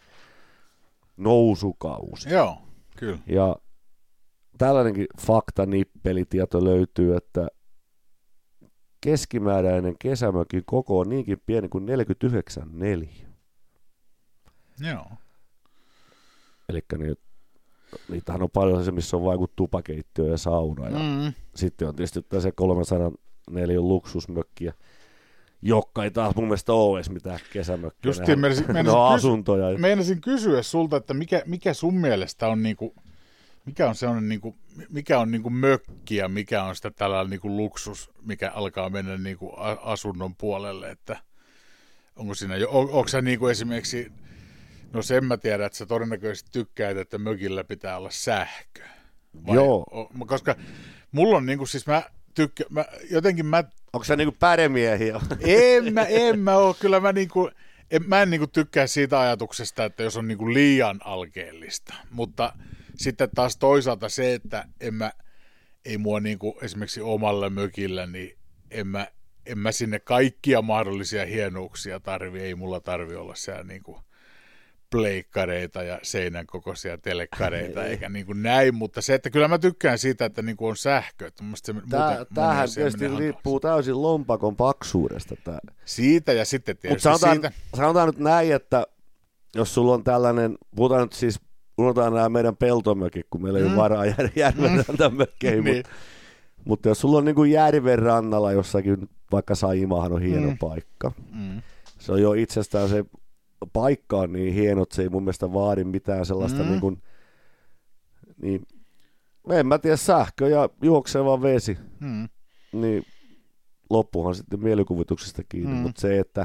nousukausi. Joo, kyllä. Ja tällainenkin faktanippelitieto löytyy, että keskimääräinen kesämökin koko on niinkin pieni kuin neljäkymmentäyhdeksän neliö. Joo. Elikkä niin niitähän on paljon se, missä on vain kuin tupakeittiö ja sauna. Ja Mm. sitten on tietysti se kolmesataa neliön luksusmökki, joka ei taas mun mielestä ole edes mitään kesämökkiä. Justiin meinasin, ne meinasin, on kysy- asuntoja. meinasin kysyä sulta, että mikä, mikä sun mielestä on niinku, mikä on sellainen niinku, mikä on niinku mökki ja mikä on sitä tällainen niinku luksus, mikä alkaa mennä niinku asunnon puolelle, että onko siinä jo, on, onko sä niinku esimerkiksi, no sen mä tiedän, että sä todennäköisesti tykkäät, että mökillä pitää olla sähkö. Vai, Joo. O, koska mulla on niinku, siis mä tykkään, mä, jotenkin mä... Onko sä niinku pädemiehiä? En mä, en mä oo, kyllä mä niinku, en, mä en niinku tykkää siitä ajatuksesta, että jos on niinku liian alkeellista, mutta sitten taas toisaalta se, että en mä, ei mua niinku esimerkiksi omalla mökillä, niin en mä, en mä sinne kaikkia mahdollisia hienouksia tarvi, ei mulla tarvi olla siellä niinku pleikkareita ja seinän kokoisia telekkareita, eikä niin kuin näin, mutta se, että kyllä mä tykkään siitä, että niin kuin on sähkö. Että se Tää, tämähän tietysti riippuu täysin lompakon paksuudesta. Tää. Siitä ja sitten tietysti Mutta sanotaan, siitä. sanotaan nyt näin, että jos sulla on tällainen, puhutaan nyt siis, unohtaan nämä meidän peltomökit, kun meillä ei mm. ole varaa jär, järven mm. mökkeihin, niin. mutta, mutta jos sulla on niin kuin järven rannalla jossakin, vaikka Saimahan on hieno mm. paikka, mm. se on jo itsestään se paikka on niin hieno, että se ei mun mielestä vaadi mitään sellaista mm. niin kuin, niin, en mä tiedä, sähkö ja juokseva vesi, mm. niin loppuhan sitten mielikuvituksesta kiinni, mm. mutta se, että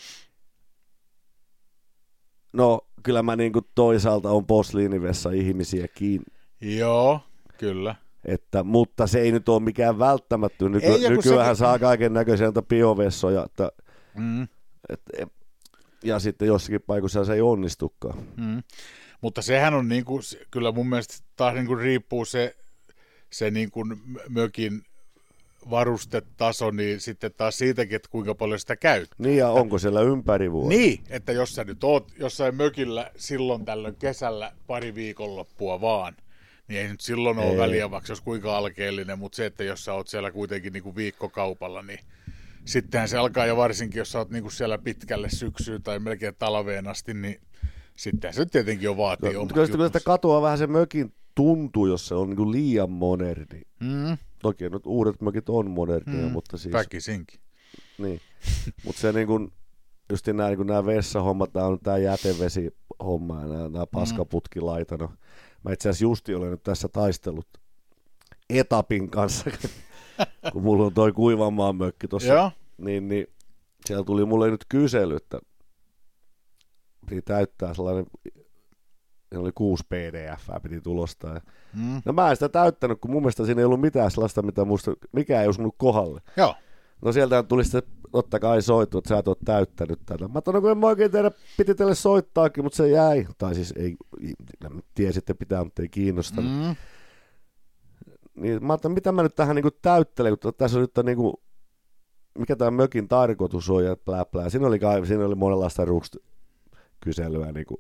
no kyllä mä niin kuin toisaalta on posliinivessa ihmisiä kiinni. Joo, kyllä. Että, mutta se ei nyt ole mikään välttämättä. Nyky, nykyään se... saa kaiken näköisiä biovessoja, että, mm. että ja sitten jossakin paikoissa se ei onnistukaan. Mm. Mutta sehän on niin kuin, kyllä mun mielestä taas niin kuin riippuu se, se niin kuin mökin varustetaso, niin sitten taas siitäkin, että kuinka paljon sitä käyttää. Niin ja onko siellä ympäri vuotta? Niin, että jos sä nyt oot jossain mökillä silloin tällöin kesällä pari viikonloppua vaan, niin ei nyt silloin ei. ole väliä, vaikka se olisi kuinka alkeellinen, mutta se, että jos sä oot siellä kuitenkin niin kuin viikkokaupalla, niin sittenhän se alkaa, ja varsinkin jos sä oot niinku siellä pitkälle syksyyn tai melkein talveen asti, niin sitten se tietenkin jo vaatii no, omat kyllä sitä, sitä katoaa vähän se mökin tuntuu, jos se on niinku liian moderni. Mm. Toki nyt uudet mökit on modernia, mm. mutta siis... Väkisinkin. Niin, mutta se niinku, just nämä niinku vessahommat, tämä on tämä jätevesihomma ja nämä, nämä paskaputkilaita. No, mä itse asiassa justi olen nyt tässä taistellut etapin kanssa, kun mulla on toi Kuivanmaan mökki tuossa, niin, niin siellä tuli mulle nyt kysely, että piti täyttää sellainen, se oli kuusi P D F piti tulostaa. Ja mm. No mä en sitä täyttänyt, kun mun mielestä siinä ei ollut mitään sellaista, mitä musta, mikä ei osunut kohdalle. Joo. No sieltä tuli sitten totta kai soittu, että sä et ole täyttänyt tätä. Mä ajattelin, no kun en mä oikein tiedä, piti teille soittaakin, mutta se jäi. Tai siis ei, tiesi, että pitää, mutta ei kiinnostanut. Mm. Niin mä ajattelin, mitä mä nyt tähän niinku täyttelen, kun tässä on nyt niinku, mikä tämä mökin tarkoitus on ja plää plää. Siinä oli, siinä oli monenlaista ruks-kyselyä. Niinku.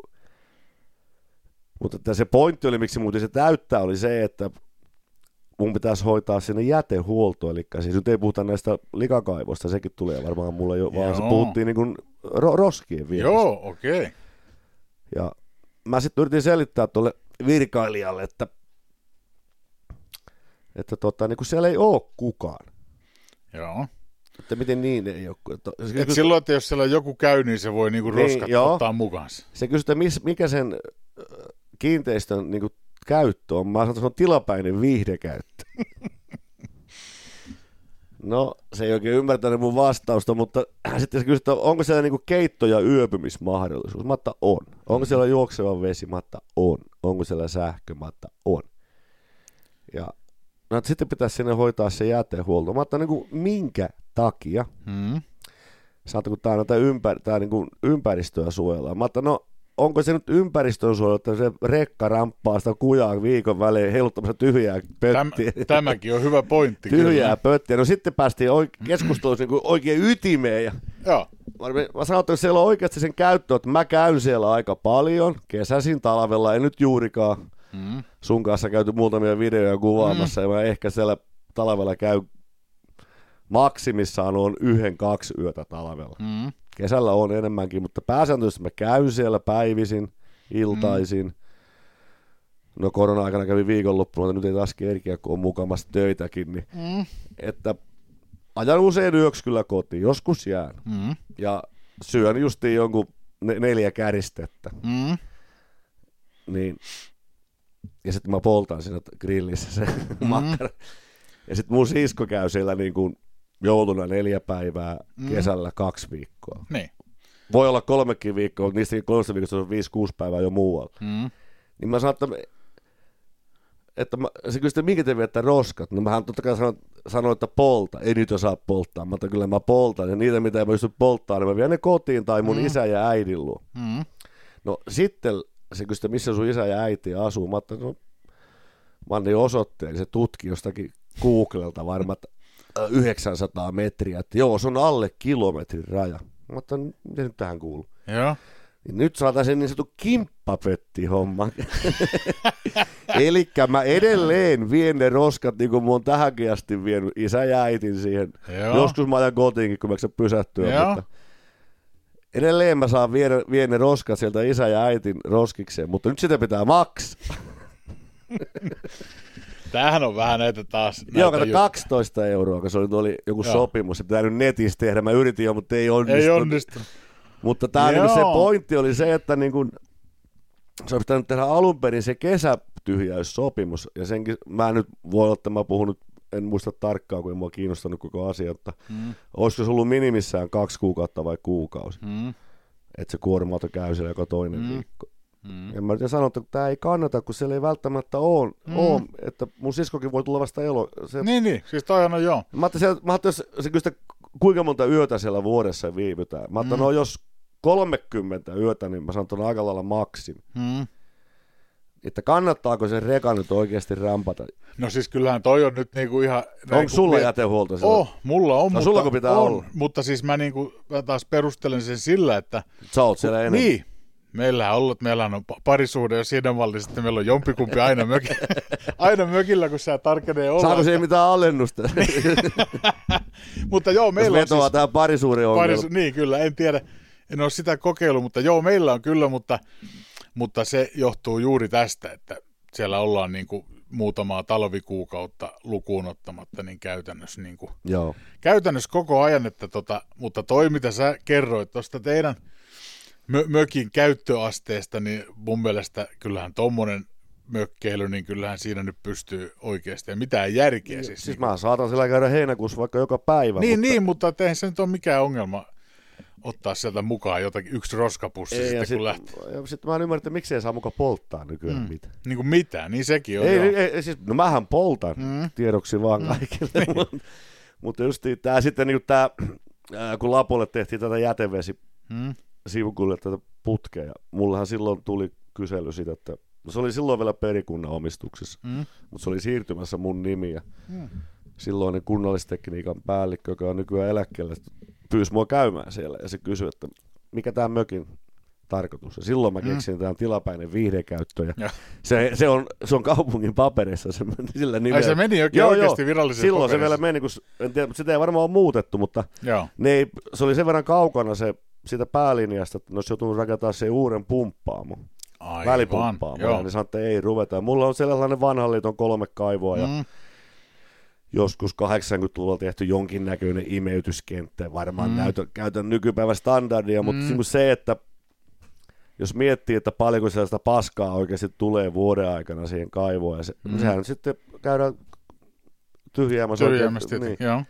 Mutta se pointti oli, miksi muuten se täyttää, oli se, että mun pitäisi hoitaa sinne jätehuolto. Eli siis nyt ei puhuta näistä likakaivoista, sekin tulee varmaan mulle jo, vaan se puhuttiin niinku ro- roskien vierestä. Joo, okei. Okay. Ja mä sitten yritin selittää tuolle virkailijalle, että että tota, niin siellä ei ole kukaan. Joo. Että miten niin ei ole. Että, Et silloin, että jos siellä joku käy, niin se voi niinku niin, roskat joo. ottaa mukaansa. Se kysyy, että mis, mikä sen kiinteistön niin kuin, käyttö on. Mä sanon, että se on tilapäinen viihdekäyttö. No, se ei oikein ymmärtänyt mun vastausta, mutta sitten se kysyy, että onko siellä niin kuin keitto- ja yöpymismahdollisuus? Mä otta on. Onko siellä juokseva vesi? Mä otta on. Onko siellä sähkö? Mä otta on. Ja no, sitten pitäisi sinne hoitaa se jätehuolto. Mä ajattelin, niin kuin, minkä takia? Hmm. Saatko, kun tämä on tämä ympär, niin ympäristöä suojellaan. Mä ajattelin, no onko se nyt ympäristön suojelu, että se rekka ramppaa sitä kujaa viikon välein heiluttamassa tyhjää pöttiä. Täm, tämäkin on hyvä pointti. Tyhjää kyllä. Pöttiä. No sitten päästiin oike- keskusteluun niin oikein ytimeen. Ja joo. Mä, mä sanoin, että jos siellä on oikeasti sen käyttö, että mä käyn siellä aika paljon, kesäisin, talvella, en nyt juurikaan. Mm. Sun kanssa käyty muutamia videoja kuvaamassa, mm. ja mä ehkä siellä talvella käy maksimissaan on yhden, kaksi yötä talvella. Mm. Kesällä on enemmänkin, mutta pääsääntöisesti mä käyn siellä päivisin, iltaisin. Mm. no korona-aikana kävi viikonloppuna, nyt ei taas kerkiä, kun on mukamassa töitäkin, niin Mm. että ajan usein yöksi kyllä kotiin, joskus jään. Mm. Ja syön justiin jonkun ne- neljä käristettä. Mm. Niin, ja sitten mä poltan siinä grillissä se Mm. makkara. Ja sitten mun sisko käy siellä niin kuin jouluna neljä päivää, Mm. kesällä kaksi viikkoa. Niin. Voi olla kolmekin viikkoa, mutta niistäkin kolmesta viikosta on viisi, kuusi päivää jo muualla. Mm. Niin mä sanon, että, että mä, se kysyy, että minkä te viettää roskat? No mähän totta kai sanoin, sanoin, että polta. Ei nyt osaa polttaa, mutta kyllä mä poltan. Ja niitä, mitä en pysty polttaa, niin mä vien ne kotiin tai mun mm. isä ja äidin luo. Mm. No sitten se kysyi, missä sun isä ja äiti asuu. Mä ajattelin, no, mä annin osoitteen, se tutki jostakin Googlelta varmaan yhdeksänsataa metriä, että joo, se on alle kilometrin raja. Mä ajattelin, miten nyt tähän kuuluu? Joo. Nyt saataisiin niin sanottu kimppapötti-homma. Elikkä mä edelleen vien ne roskat, niin kuin mä oon tähänkin asti vienyt isä ja äitin siihen. Joo. Joskus mä ajan kotiinkin, kun mä eksä pysähtyä, Joo. mutta edelleen mä saan viedä, vien ne roskat sieltä isä ja äitin roskikseen, mutta nyt sitä pitää maksaa. Tämähän on vähän näitä taas. Joo, näitä kato kaksitoista euroa, kun se oli, oli joku Joo. sopimus, se pitää nyt netissä tehdä. Mä yritin jo, mutta ei onnistunut. Ei onnistu. Mutta tää niinku se Joo. pointti oli se, että niinku, se olisi pitänyt tehdä alun perin se kesätyhjäyssopimus, ja senkin, mä nyt voi olla, että mä puhun nyt, en muista tarkkaan, kun ei mua kiinnostanut koko asia, mutta Mm. olisiko se ollut minimissään kaksi kuukautta vai kuukausi, Mm. että se kuorma-auto käy siellä joka toinen Mm. viikko. Mm. Ja mä yritin sanoa, että tämä ei kannata, kun siellä ei välttämättä ole, Mm. ole että mun siskokin voi tulla vasta elo. Se, Niin, niin. Siis toihan on joo. Mä ajattelin, siellä- mä ajattelin, jos se kysytä, kuinka monta yötä siellä vuodessa viivytään. Mä ajattelin, Mm. no jos kolmekymmentä yötä, niin mä sanon, että on aika lailla maksim. Mm. Että kannattaako se reka nyt oikeasti rampata? No siis kyllähän toi on nyt niinku ihan... Onko sulla mie- jätehuolto siellä? Oh, mulla on, No mutta sulla kun pitää on, olla. mutta siis mä, niinku, mä taas perustelen sen sillä, että... Sä oot siellä enemmän. Niin. Meillähän on ollut, meillä on pa- parisuhde jo siinä mallissa, että meillä on jompikumpi aina, möki, aina mökillä, kun sä tarkenee olla. Saako siihen mitään alennusta? Mutta joo, Jos meillä on vetoaa siis... tähän parisuuden ongelma. Paris, niin kyllä, en tiedä, en ole sitä kokeillut, mutta joo, meillä on kyllä, mutta, mutta se johtuu juuri tästä, että siellä ollaan niin kuin muutamaa talvikuukautta lukuun ottamatta, niin käytännössä, niin kuin, Joo. käytännössä koko ajan, että tota, mutta toi mitä sä kerroit tuosta teidän mö- mökin käyttöasteesta, niin mun mielestä kyllähän tommonen mökkeily, niin kyllähän siinä nyt pystyy oikeasti, ja mitään järkeä siis. Siis niin, mä saatan siellä käydä heinäkuussa vaikka joka päivä. niin, mutta... niin, mutta eihän se nyt ole mikään ongelma ottaa sieltä mukaan jotakin, yksi roskapussi Ei, sitten, ja kun sit, lähtee. ja sit mä en ymmärrä, että miksei saa mukaan polttaa nykyään mm. mitään. Niin kuin mitä, niin sekin on. Ei, joo. ei, ei, siis, no mähän poltan Mm. tiedoksi vaan Mm. kaikille, mutta mut justiin tää sitten niin tää, ää, kun Lapolle tehtiin tätä jätevesi Mm. sivukulle tätä putkea, ja mullahan silloin tuli kysely siitä, että no se oli silloin vielä perikunnan omistuksessa, Mm. mutta se oli siirtymässä mun nimi, ja Mm. silloinen kunnallistekniikan päällikkö, joka on nykyään eläkkeellä, pyysi mua käymään siellä, ja se kysyi, että mikä tämä mökin tarkoitus. Ja silloin mä keksin mm. tämän tilapäinen viihdekäyttö, ja se, se, on, se on kaupungin paperissa se, sillä nimellä. Ai se meni oikein joo, oikeasti joo. virallisessa Silloin paperissa. se vielä meni, kun s- en tiedä, sitä ei varmaan ole muutettu, mutta Joo. ne ei, se oli sen verran kaukana se siitä päälinjasta, että ne olisi joutunut rakentamaan sen uuden pumppaamo, Aivan. välipumppaamo, ja Joo. ne sanoi, että ei ruveta. Ja mulla on sellainen vanhan liiton kolme kaivoa, ja Mm. joskus kahdeksankymmentäluvulla tehty jonkinnäköinen imeytyskenttä, varmaan Mm. mm. näytön, käytön nykypäivän standardia, mutta Mm. mm. se, että jos miettii, että paljonko sellaista paskaa oikeasti tulee vuoden aikana siihen kaivoon, ja se, Mm. mm. sehän nyt sitten käydään tyhjäämässä. Tyhjäämässä oikein, tietenkin, niin, joo.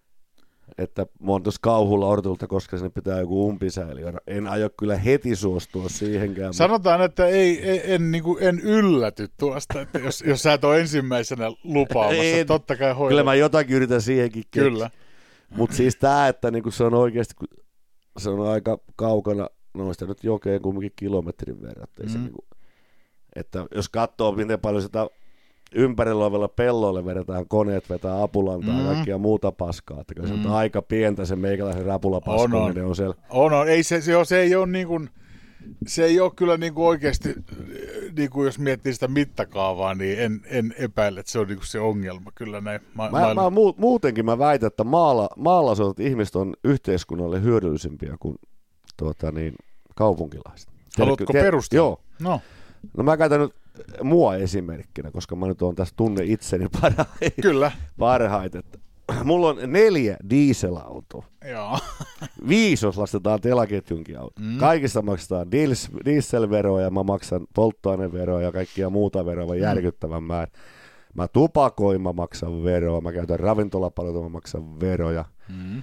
että mä oon tuossa kauhulla odotelta, koska sinne pitää joku umpisäiliö. En aio kyllä heti suostua siihenkään. Sanotaan, että ei, ei, en, niin kuin, en ylläty tuosta, että jos, jos sä et ole ensimmäisenä lupaamassa, En. totta kai hoidat. Kyllä mä jotakin yritän siihenkin keksiä. Kyllä. Mutta siis tämä, että niinku se on oikeasti, se on aika kaukana noista nyt jokeen kumminkin kilometrin verran. Että, mm. se niinku, että jos katsoo, miten paljon sitä ympärillä olevilla pelloille vedetään koneet, vetää apulantaa Mm. ja kaikkia muuta paskaa. Että kyllä se Mm. on aika pientä se meikäläisen rapulapaskominen on, on siellä. On, on. Ei se, se, on, se ei ole niin kuin, se ei ole kyllä niin kuin oikeasti, niin kuin jos miettii sitä mittakaavaa, niin en, en epäile, että se on niin kuin se ongelma kyllä näin. Ma- Mä, mä mu- muutenkin mä väitän, että maalla, maalla se on, että ihmiset on yhteiskunnalle hyödyllisempiä kuin tuota, niin, kaupunkilaiset. Haluatko Tiedätkö- perustella? Joo. No. No mä käytän nyt mua esimerkkinä, koska mä nyt oon tässä tunne itseni parhaiten. Kyllä. Parhaiten. Mulla on neljä dieselautoa. Joo. Viisi, jos lasketaan telaketjunkin auto. Mm. Kaikista maksetaan dies- dieselveroa ja mä maksan polttoaineveroa ja kaikkia muuta veroa mm. järkyttävän määrä. Mä tupakoin, mä maksan veroa, mä käytän ravintolapalveluita, mä maksan veroja. Mm.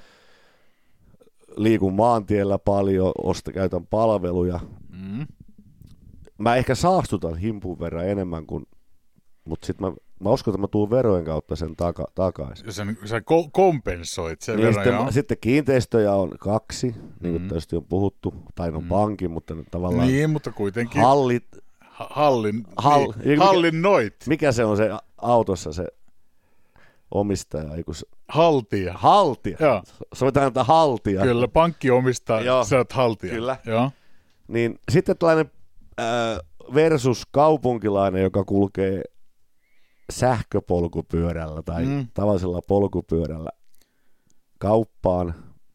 Liikun maantiellä paljon, osta, käytän palveluja. Mm. Mä ehkä saastutan himpun verran enemmän kuin, mutta sitten mä, mä uskon, että mä tuun verojen kautta sen taka, takaisin. Sä, sä ko- kompensoit sen niin verran, sitten, joo. sitten kiinteistöjä on kaksi, niin kuin mm. tietysti on puhuttu, tai on mm. pankin, mutta tavallaan niin, mutta kuitenkin hallit, ha- hallin, hall, niin, hallinnoit. Mikä se on se autossa se omistaja? Eiku se, haltija. Haltija. Joo. Sovitaan tätä haltija. Kyllä, pankki omistaa, joo. Sä oot haltija. Kyllä. Joo. Niin sitten tällainen äh, versus kaupunkilainen, joka kulkee sähköpolkupyörällä tai mm. tavallisella polkupyörällä kauppaan,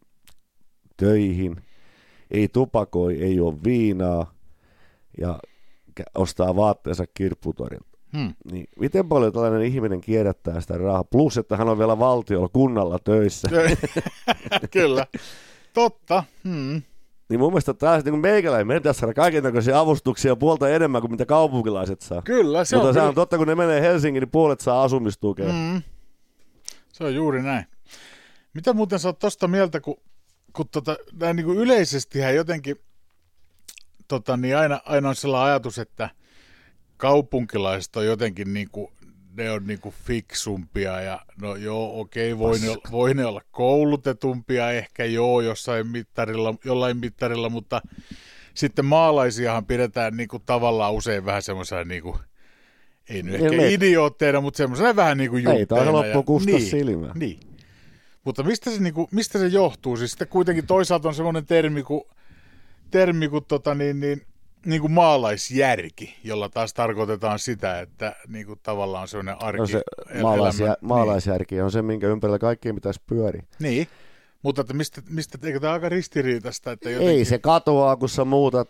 töihin, ei tupakoi, ei ole viinaa ja ostaa vaatteensa kirpputorilta. Hmm. Niin, miten paljon tällainen ihminen kierrättää sitä rahaa? Plus, että hän on vielä valtiolla kunnalla töissä. Kyllä, totta. Hmm. Niin mun mielestä tällaiset niin meikäläinen, meidän pitäisi saada kaikennäköisiä avustuksia puolta enemmän kuin mitä kaupunkilaiset saa. Kyllä, se Mutta on. se Mutta on totta, kun ne menee Helsinkiin, niin puolet saa asumistukea. Hmm. Se on juuri näin. Mitä muuten sä oot tosta mieltä, kun, kun tota, näin niin kuin yleisestihän jotenkin tota, niin aina, aina on sellainen ajatus, että kaupunkilaiset on jotenkin niin kuin, ne on niin kuin fiksumpia ja no joo, okei, voi ne, voi ne olla koulutetumpia ehkä joo jossain mittarilla, jollain mittarilla, mutta sitten maalaisiahan pidetään niin kuin tavallaan usein vähän semmoisena niin kuin, ei nyt ehkä me... idiootteina, mutta semmoisena vähän niin kuin jutteina. Ei taas loppu kusta niin, silmää. Niin. Mutta mistä se, niin kuin, mistä se johtuu? Siis sitten kuitenkin toisaalta on semmoinen termi kuin, termi kuin tota niin, niin, niin kuin maalaisjärki, jolla taas tarkoitetaan sitä, että niin kuin tavallaan semmoinen arki. No se maalaisjär, maalaisjärki niin. On se, minkä ympärillä kaikkien pitäisi pyöriä. Niin, mutta että mistä, mistä eikö tämä aika ristiriitaista? Että jotenkin... Ei se katoaa, kun sä muutat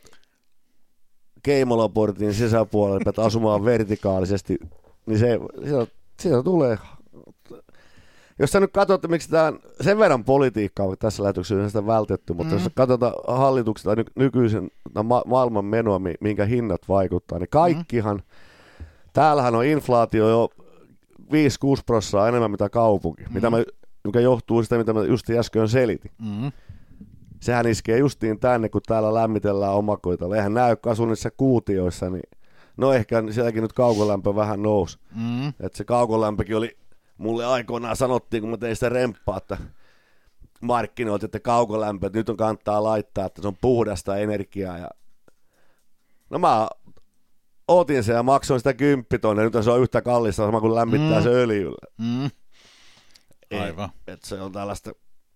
Keimolaportin sisäpuolelle, että asumaan vertikaalisesti, niin se, sieltä, sieltä tulee... Jos sä nyt katsot, miksi tämä sen verran politiikkaa on tässä lähetyksessä sitä vältetty, mutta mm. jos katsotaan hallituksen tai nykyisen ma- maailman menoa, minkä hinnat vaikuttaa, niin kaikkihan, mm. täällähän on inflaatio jo viisi kuusi prosenttia enemmän mitä kaupunki, mm. mitä mä, mikä johtuu sitä, mitä mä just äsken selitin. Mm. Sehän iskee justiin tänne, kun täällä lämmitellään omakoita. Eihän näy asu niissä kuutioissa, niin no ehkä sielläkin nyt kaukolämpö vähän nousi. Mm. Että se kaukolämpökin oli... Mulle aikoinaan sanottiin, kun mä tein sitä remppaa, että markkinoilta, että kaukolämpö, että nyt on kannattaa laittaa, että se on puhdasta energiaa. Ja... No mä otin sen ja maksoin sitä kymppitonne, nyt se on yhtä kallista, sama kuin lämmittää mm. se öljyllä. Mm. Aivan. Että se on tällaista.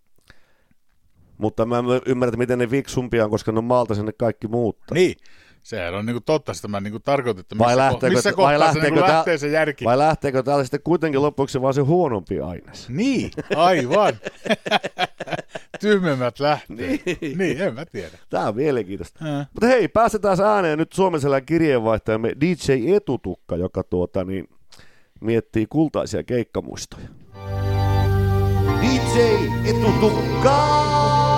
Mutta mä ymmärrän, että miten ne fiksumpia on, koska ne on maalta sinne kaikki muuttaa. Niin. Sehän on niinku totta, sitä mä niinku tarkoitin, että missä, lähteekö, missä kohtaa vai se niinku tää, lähtee se järki. Vai lähteekö täällä sitten kuitenkin lopuksi vaan se huonompi aines? Niin, aivan. Tyhmemmät lähtee. Niin. niin, en mä tiedä. Tää on mielenkiintoista. Äh. Mutta hei, päästetään ääneen nyt suomalaisella kirjeenvaihtajamme D J Etutukka, joka tuota, niin, miettii kultaisia keikkamuistoja. D J Etutukka!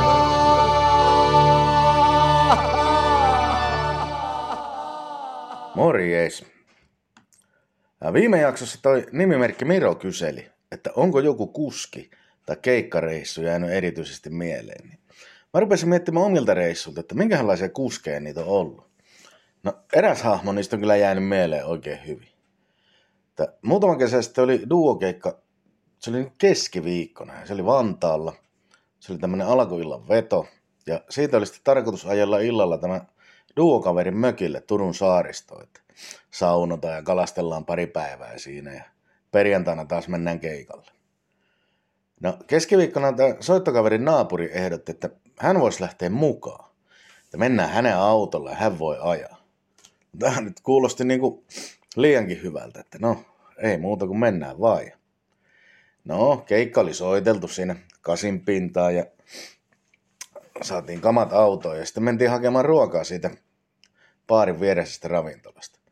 Morjes. Viime jaksossa toi nimimerkki Miro kyseli, että onko joku kuski tai keikkareissu jäänyt erityisesti mieleen. Mä rupesin miettimään omilta reissulta, että minkälaisia kuskeja niitä on ollut. No eräs hahmo niistä on kyllä jäänyt mieleen oikein hyvin. Että muutama kesä sitten oli duokeikka, se oli keskiviikkona ja se oli Vantaalla. Se oli tämmönen alkuillan veto ja siitä oli sitten tarkoitus ajella illalla tämä duokaverin mökille Turun saaristoon, että saunotaan ja kalastellaan pari päivää siinä ja perjantaina taas mennään keikalle. No keskiviikkona tämä soittokaverin naapuri ehdotti, että hän voisi lähteä mukaan, että mennään hänen autolla ja hän voi ajaa. Tämä nyt kuulosti niin kuin liiankin hyvältä, että no ei muuta kuin mennään vaan. No keikka oli soiteltu siinä kasin pintaan ja saatiin kamat autoon ja sitten mentiin hakemaan ruokaa siitä baarin viereisestä ravintolasta.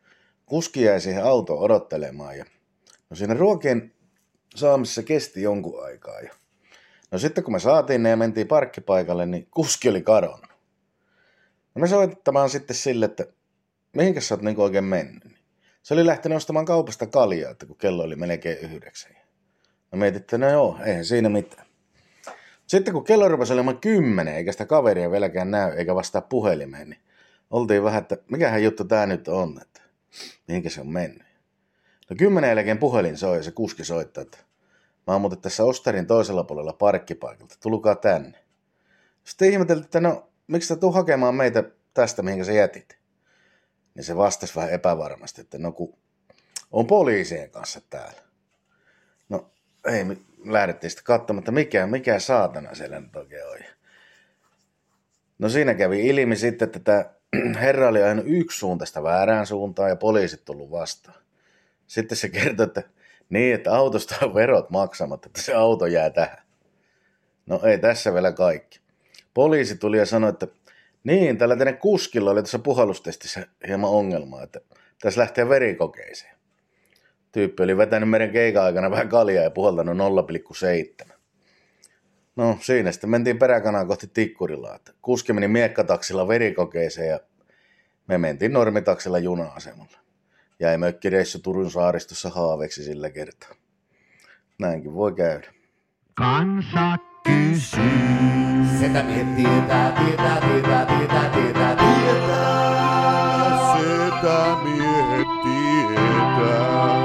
kuski jäi siihen autoon odottelemaan ja no siinä ruokien saamisessa kesti jonkun aikaa. Ja no sitten kun me saatiin ne ja mentiin parkkipaikalle, niin kuski oli kadonnut. No me soitettamaan sitten sille, että mihinkä sä oot niin oikein mennyt. Se oli lähtenyt ostamaan kaupasta kaljaa, että kun kello oli melkein yhdeksän. No mietin, että no joo, eihän siinä mitään. Sitten kun kello rupesi olemaan kymmenen, eikä sitä kaveria vieläkään näy, eikä vastaa puhelimeen, niin oltiin vähän, että mikähän juttu tää nyt on, että mihinkä se on mennyt. No kymmenen jälkeen puhelin soi ja se kuski soittaa, että mä oon muuten tässä Ostarin toisella puolella parkkipaikalta, tulkaa tänne. Sitten ihmeteltiin, että no, miksi sä tuu hakemaan meitä tästä, mihinkä sä jätit? Niin se vastasi vähän epävarmasti, että no kun on poliisien kanssa täällä. No ei, me lähdettiin sitten katsomaan, että mikä, mikä saatana siellä nyt oikein on. No siinä kävi ilmi sitten, että tämä herra oli ajanut yksisuuntaista väärään suuntaan ja poliisit tullut vastaan. Sitten se kertoi, että niin, että autosta on verot maksamatta, että se auto jää tähän. No ei tässä vielä kaikki. Poliisi tuli ja sanoi, että niin, tällä teidän kuskilla oli tässä puhallustestissä hieman ongelmaa, että tässä lähtee verikokeeseen. Tyyppi oli vetänyt meidän keikan aikana vähän kaljaa ja puhaltanut nolla pilkku seitsemän. No siinä sitten mentiin peräkanaa kohti Tikkurilaa, että kuski meni miekkataksilla verikokeeseen ja me mentiin normitaksilla juna-asemalle. Jäi mökkireissu Turun saaristossa haaveeksi sillä kertaa. Näinkin voi käydä. Kansa kysyy. Setä miehet tietää, tietää, tietää, tietää, tietää, tietää. Setä miehet tietää.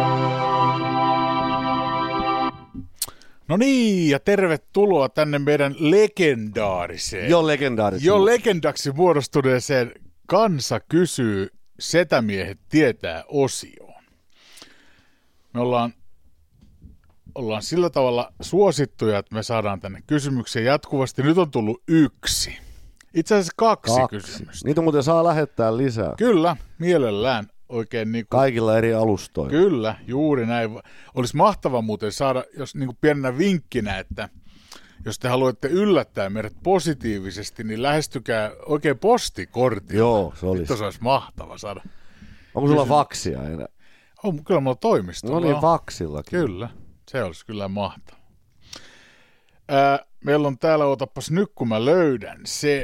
No niin, ja tervetuloa tänne meidän legendaariseen. Jo legendaariseen. Jo legendaksi muodostuneeseen Kansa kysyy, setämiehet tietää -osioon. Me ollaan, ollaan sillä tavalla suosittuja, että me saadaan tänne kysymyksiä jatkuvasti. Nyt on tullut yksi. Itse asiassa kaksi, kaksi. kysymystä. Niitä muuten saa lähettää lisää. Kyllä, mielellään. Oikein niin kuin, kaikilla eri alustoilla. Kyllä, juuri näin. Olisi mahtava muuten saada, jos niin kuin pienenä vinkkinä, että jos te haluatte yllättää meidät positiivisesti, niin lähestykää oikein postikortilla. Joo, se olisi. Se olisi mahtava saada. Onko sulla faksia enää? On, kyllä mulla toimistolla. No niin, faksillakin. Kyllä, se olisi kyllä mahtava. Ää, meillä on täällä, otapas nyt kun mä löydän sen.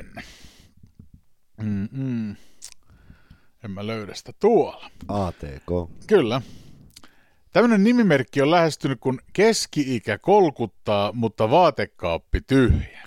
Mm-mm. En mä löydä sitä tuolla. A T K. Kyllä. Tämmöinen nimimerkki on lähestynyt, kun keski-ikä kolkuttaa, mutta vaatekaappi tyhjä.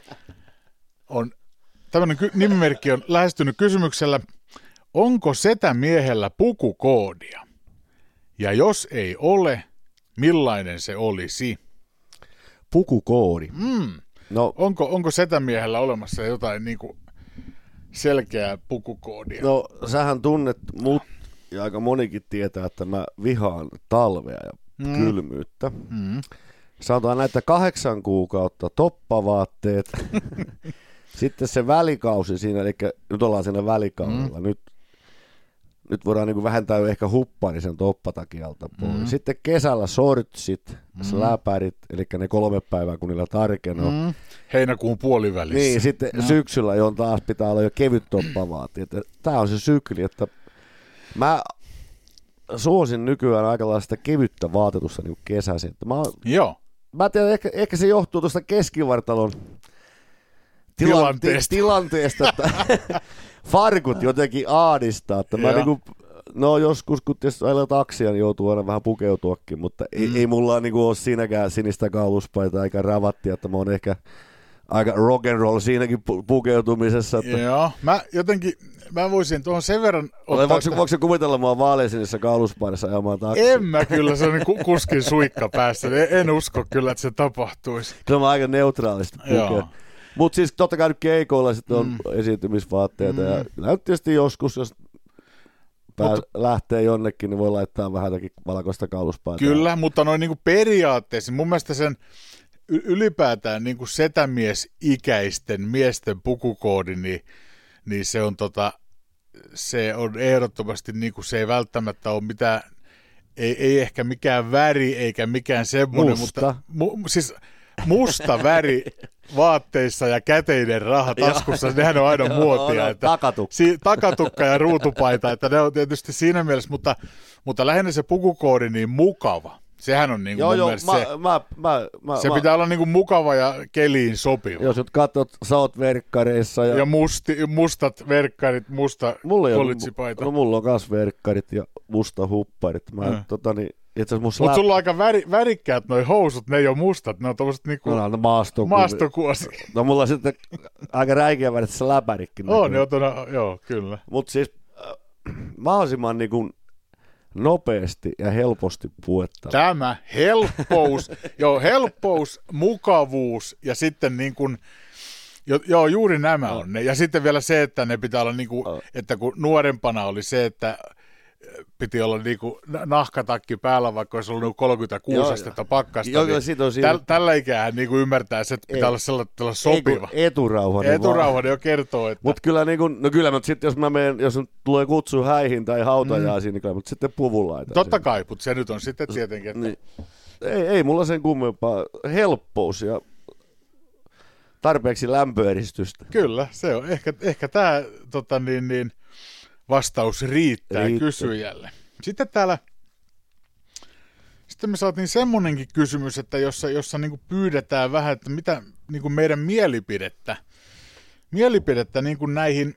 On, tämmöinen ky- nimimerkki on lähestynyt kysymyksellä, onko setämiehellä pukukoodia? Ja jos ei ole, millainen se olisi? Pukukoodi. Mm. No, onko, onko setämiehellä olemassa jotain niin kuin selkeää pukukoodia? No, sähän tunnet mut, ja aika monikin tietää, että mä vihaan talvea ja mm. kylmyyttä. Mm. Sanotaan näitä kahdeksan kuukautta toppavaatteet. Sitten se välikausi siinä, eli nyt ollaan siinä välikaudella. Mm. Nyt, nyt voidaan niin kuin vähentää jo ehkä hupparisen toppatakialta pois. Mm. Sitten kesällä sortsit, mm. släpärit, eli ne kolme päivää, kun niillä tarkenoo. Mm. Heinäkuun puolivälissä. Niin, sitten no. syksyllä, johon taas pitää olla jo kevyt toppavaatti. Tämä on se sykli, että mä suosin nykyään aika lailla sitä kevyttä vaatetusta niin kesäisin. Mä, Joo. Mä tiedän, ehkä, ehkä se johtuu tuosta keskivartalon tilante- tilanteesta. tilanteesta, että farkut jotenkin aadistaa. Että mä niinku, no joskus, kun ajalla taksia, niin joutuu aina vähän pukeutuakin, mutta mm. ei, ei mulla niinku ole siinäkään sinistä kauluspaita eikä ravattia, että mä oon ehkä aika rock and roll siinäkin pu- pukeutumisessa. Että joo, mä jotenkin, mä voisin tuohon sen verran ottaa. Voiko, voiko se kuvitella mua vaaleisinisessa kauluspaidassa ajamaan taksia? En mä kyllä, se on niin kuskin suikka päässä. En usko kyllä, että se tapahtuisi. Se on aika neutraalista pukea. Mutta siis totta kai nyt keikoilla sitten on mm. esiintymisvaatteita. Mm. Ja tietysti joskus, jos pää Mut, lähtee jonnekin, niin voi laittaa vähän jotakin valkoista kauluspaitaa. Kyllä, mutta noin niin kuin periaatteessa, mun mielestä sen ylipäätään niin kuin setämies-ikäisten miesten pukukoodi, niin, niin se on tota, se on ehdottomasti, niin kuin se ei välttämättä ole mitään, ei, ei ehkä mikään väri eikä mikään semmoinen, musta. mutta mu, siis musta väri vaatteissa ja käteinen raha taskussa, nehän on aina muotia. No, että takatukka. Si- takatukka ja ruutupaita, että ne on tietysti siinä mielessä, mutta, mutta lähinnä se pukukoodi niin mukava. Sehän on niin kuin Joo, mun joo, mielestä mä, se, mä, mä, mä, se mä, pitää olla niin kuin mukava ja keliin sopiva. jos nyt katsot, sä oot verkkareissa ja, Ja musti, mustat verkkarit, musta mulla, ei ole, kollitsipaita. no, mulla on kans verkkarit ja musta hupparit. Mä, Mm. tota, niin, itse asiassa mun Mutta slap- sulla on aika väri, värikkäät noi housut, ne ei ole mustat, ne on tommoset niinku no, no, maastokuvi. maastokuosi. No mulla on sitten aika räikeä värit se läpärikin. On, joo, tona, joo, kyllä. Mutta siis äh, mahdollisimman niin kuin nopeasti ja helposti puettava. Tämä helppous, joo, helppous, mukavuus ja sitten niin kuin, jo, joo, juuri nämä on ne. Ja sitten vielä se, että ne pitää olla niin kuin, että kun nuorempana oli se, että piti olla niinku nahkatakki päällä, vaikka olisi ollut kolmekymmentäkuusi Joo, astetta pakkasta. joo, niin sit on siinä- täl, tällä ikään niinku ymmärtää se, että pitää Ei. olla sellainen sopiva. Ei, eturauha. niin Eturauha jo kertoo, että Mutta kyllä, niin kun, no kyllä, mutta sitten jos mä menen, jos nyt tulee kutsu häihin tai hautajaisiin, mm. niin kyllä, mutta sitten puvun laitan. totta siihen. kai, mutta se nyt on sitten tietenkin, että Niin. Ei, ei mulla sen kummempaa. Helppous ja tarpeeksi lämpöeristystä. kyllä, se on. Ehkä, ehkä tämä tota niin, niin, vastaus riittää, Riittää. kysyjälle. Sitten täällä, sitten me saatiin semmonenkin kysymys, että jossa, jossa niin kuin pyydetään vähän, että mitä niin kuin meidän mielipidettä, mielipidettä niin kuin näihin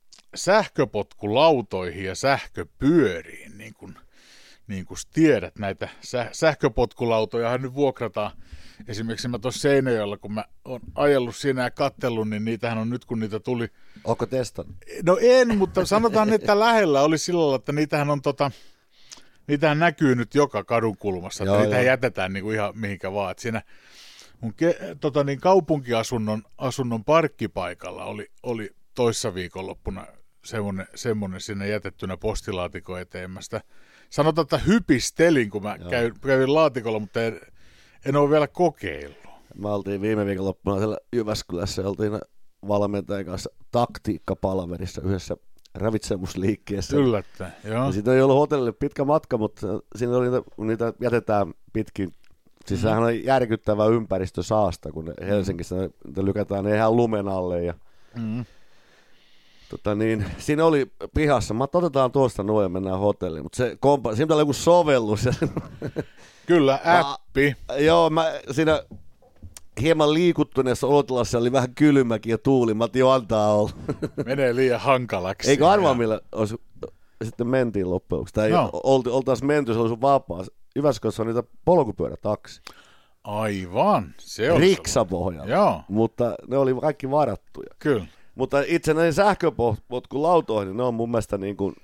sähköpotkulautoihin ja sähköpyöriin, niin kuin, niin kuin tiedät, näitä sä, sähköpotkulautojahan nyt vuokrataan. Esimerkiksi mä tuossa Seinäjoella, kun mä oon ajellut siinä ja kattellut, niin niitähän on nyt, kun niitä tuli. Ootko testannut? No en, mutta sanotaan, että lähellä oli sillä lailla, että niitähän on tota, niitähän näkyy nyt joka kadun kulmassa, että Joo, niitähän joo. jätetään niin kuin ihan mihinkä vaan. Että siinä mun ke, tota niin, kaupunkiasunnon asunnon parkkipaikalla oli, oli toissa viikonloppuna semmoinen, semmoinen sinne jätettynä postilaatikon eteemästä. Sanotaan, että hypistelin, kun mä käyn, kävin laatikolla, mutta en, en ole vielä kokeillut. Me oltiin viime viikonloppuna siellä Jyväskylässä ja oltiin valmentajan kanssa taktiikkapalaverissa yhdessä ravitsemusliikkeessä. Yllättäen, joo. Ja siitä ei ollut hotellille pitkä matka, mutta siinä oli niitä, niitä jätetään pitkin. Siis sehän on järkyttävä ympäristö saasta, kun ne Helsingissä niitä lykätään ne ihan lumen alle. Ja, Mm. tota niin, siinä oli pihassa, mä otetaan tuosta noin ja mennään hotelliin, mutta se kompa, siinä oli joku sovellus. Ja, Kyllä, appi. joo, mä siinä hieman liikuttuneessa olotilassa oli vähän kylmäkin ja tuuli, mä otin jo antaa olla. Menee liian hankalaksi. Eikö arvaa, millä olisi, sitten mentiin loppujen lopuksi. Tai Joo. olti, oltaisiin menty, se olisi vapaa. Jyväskylässä on niitä polkupyörätaksi. Aivan, se on. Riksapohjalla. Joo, Mutta ne oli kaikki varattuja. kyllä. Mutta itse näihin sähköpotkulautoihin, ne on mun mielestä niin kuin,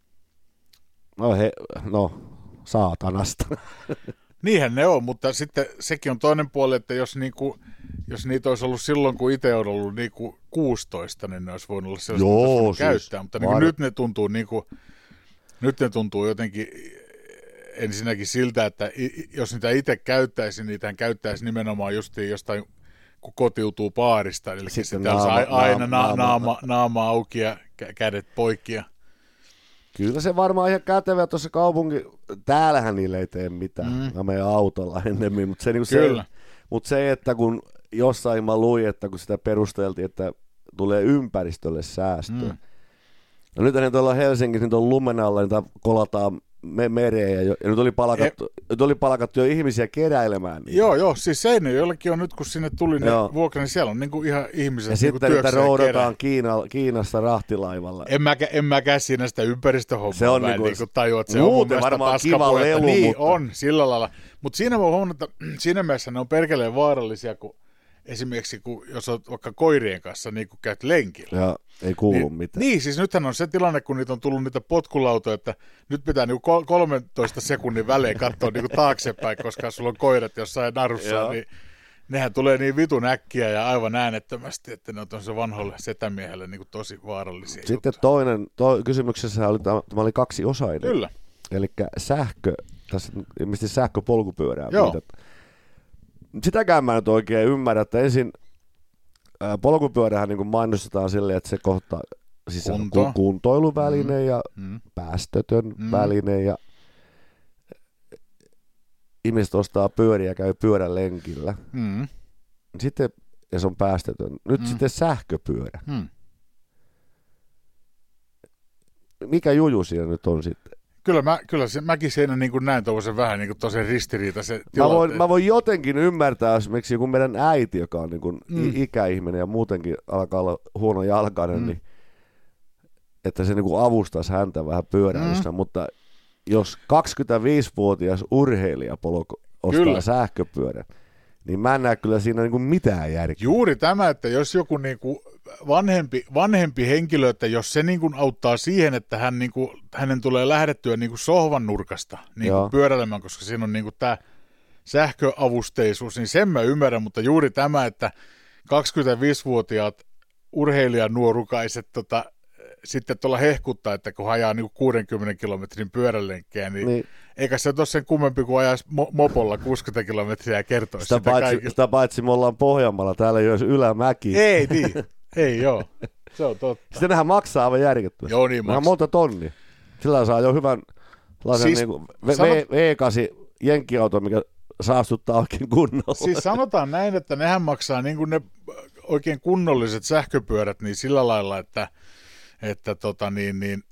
no, he, no saatanasta. Niinhän ne on, mutta sitten sekin on toinen puoli, että jos, niinku, jos niitä olisi ollut silloin, kun itse on ollut niinku kuusitoista, niin ne olisi voinut olla sellaista, Joo, mitä olisi voinut siis käyttää. Mutta niinku var- nyt ne tuntuu niinku, nyt ne tuntuu jotenkin ensinnäkin siltä, että i- jos niitä itse käyttäisi, niitä käyttäisi nimenomaan justiin jostain, kun kotiutuu baarista. Eli Sitten sitten naama, naama- aina naama- naama, naama, naama auki ja kä- kädet poikki. Ja Kyllä se varmaan ihan kätevä tuossa kaupunki, täällähän niille ei tee mitään. Mm. Mä menen autolla ennemmin, mutta se, niin se, Kyllä. mutta se, että kun jossain mä luin, että kun sitä perusteltiin, että tulee ympäristölle säästöä. Mm. No nyt ne tuolla Helsingissä, nyt on lumen alla, niitä kolataan me- mereen ja, jo, ja nyt, oli palkattu, e- nyt oli palkattu jo ihmisiä keräilemään. Niitä. joo, joo, siis Seinäjoellakin on nyt, kun sinne tuli ne Joo. vuokra, niin siellä on niinku ihan ihmiset Ja niinku sitten niitä työssä ja kerää. roudataan Kiina, Kiinasta rahtilaivalla. En mäkä, en mäkään siinä sitä ympäristöhommaa Se on mä en niinku- niinku tajua, että se muuten on mun mielestä varmaan kiva paskapuhetta. lelu, Niin mutta- on, sillä lailla. Mutta siinä voi huomata, että siinä mielessä ne on perkeleen vaarallisia, kun esimerkiksi kun, jos olet vaikka koirien kanssa niin kun käyt lenkillä. Ja ei kuulu Niin, mitään. niin, siis nythän on se tilanne, kun niitä on tullut niitä potkulautoja, että nyt pitää niinku kol- kolmentoista sekunnin välein katsoa niinku taaksepäin, koska sulla on koirat jossain narussa, Joo. niin nehän tulee niin vitun äkkiä ja aivan äänettömästi, että ne on se vanhoille setämiehelle niinku tosi vaarallisia Sitten juttuja. toinen, to, kysymyksessä oli, tämä oli kaksi osainen. Kyllä. Eli sähkö, tässä ilmeisesti sähköpolkupyörää. Joo. Mitä- Sitäkään mä nyt oikein ymmärrän, että ensin ää, polkupyörähän niin kuin mainostetaan silleen, että se kohtaa siis se on Kunto. ku- kuntoiluväline mm. ja Mm. päästötön Mm. väline ja ihmiset ostaa pyöriä ja käy pyörälenkillä. Mm. sitten, ja se on päästetön. Nyt Mm. sitten sähköpyörä. Hmm. Mikä juju siinä nyt on sitten? Kyllä, mä, kyllä se, mäkin siinä niin kuin näin tuollaisen vähän niin kuin tosi ristiriitaisen Mä tilanteen. voin, mä voin jotenkin ymmärtää esimerkiksi joku meidän äiti, joka on niin kuin Mm. i- ikäihminen ja muutenkin alkaa olla huono jalkainen, Mm. niin että se niin kuin avustaisi häntä vähän pyöräilyssä, Mm. mutta jos kaksikymmentäviisivuotias urheilija polku ostaa Kyllä. sähköpyörän, niin mä en näe kyllä siinä niin kuin mitään järkeä. Juuri tämä, että jos joku niin kuin vanhempi, vanhempi henkilö, että jos se niin kuin auttaa siihen, että hän niin kuin, hänen tulee lähdettyä niin kuin sohvan nurkasta niin Joo. kuin pyöräilemään, koska siinä on niin kuin tämä sähköavusteisuus, niin sen mä ymmärrän, mutta juuri tämä, että kaksikymmentäviisivuotiaat urheilijanuorukaiset tota, sitten tuolla hehkuttaa, että kun ajaa niin kuin kuudenkymmenen kilometrin pyörälenkkejä, niin, niin Niin, eikä se ole sen kummempi kuin ajaisi mo- mopolla kuusikymmentä kilometriä ja kertoisi sitä, sitä paitsi, kaikille. sitä paitsi me ollaan Pohjanmaalla, täällä ei ole edes ylämäki. Ei niin, ei joo, se on totta. Sitten nehän maksaa aivan järjettömästi. Joo, niin Nehän maksaa. monta tonnia. Sillä saa jo hyvän siis, Siis niin kuin v- sanot- V kahdeksan jenkkiauto, mikä saastuttaa oikein kunnolla. Siis sanotaan näin, että nehän maksaa niin kuin ne oikein kunnolliset sähköpyörät niin sillä lailla, että, että tota niin, niin,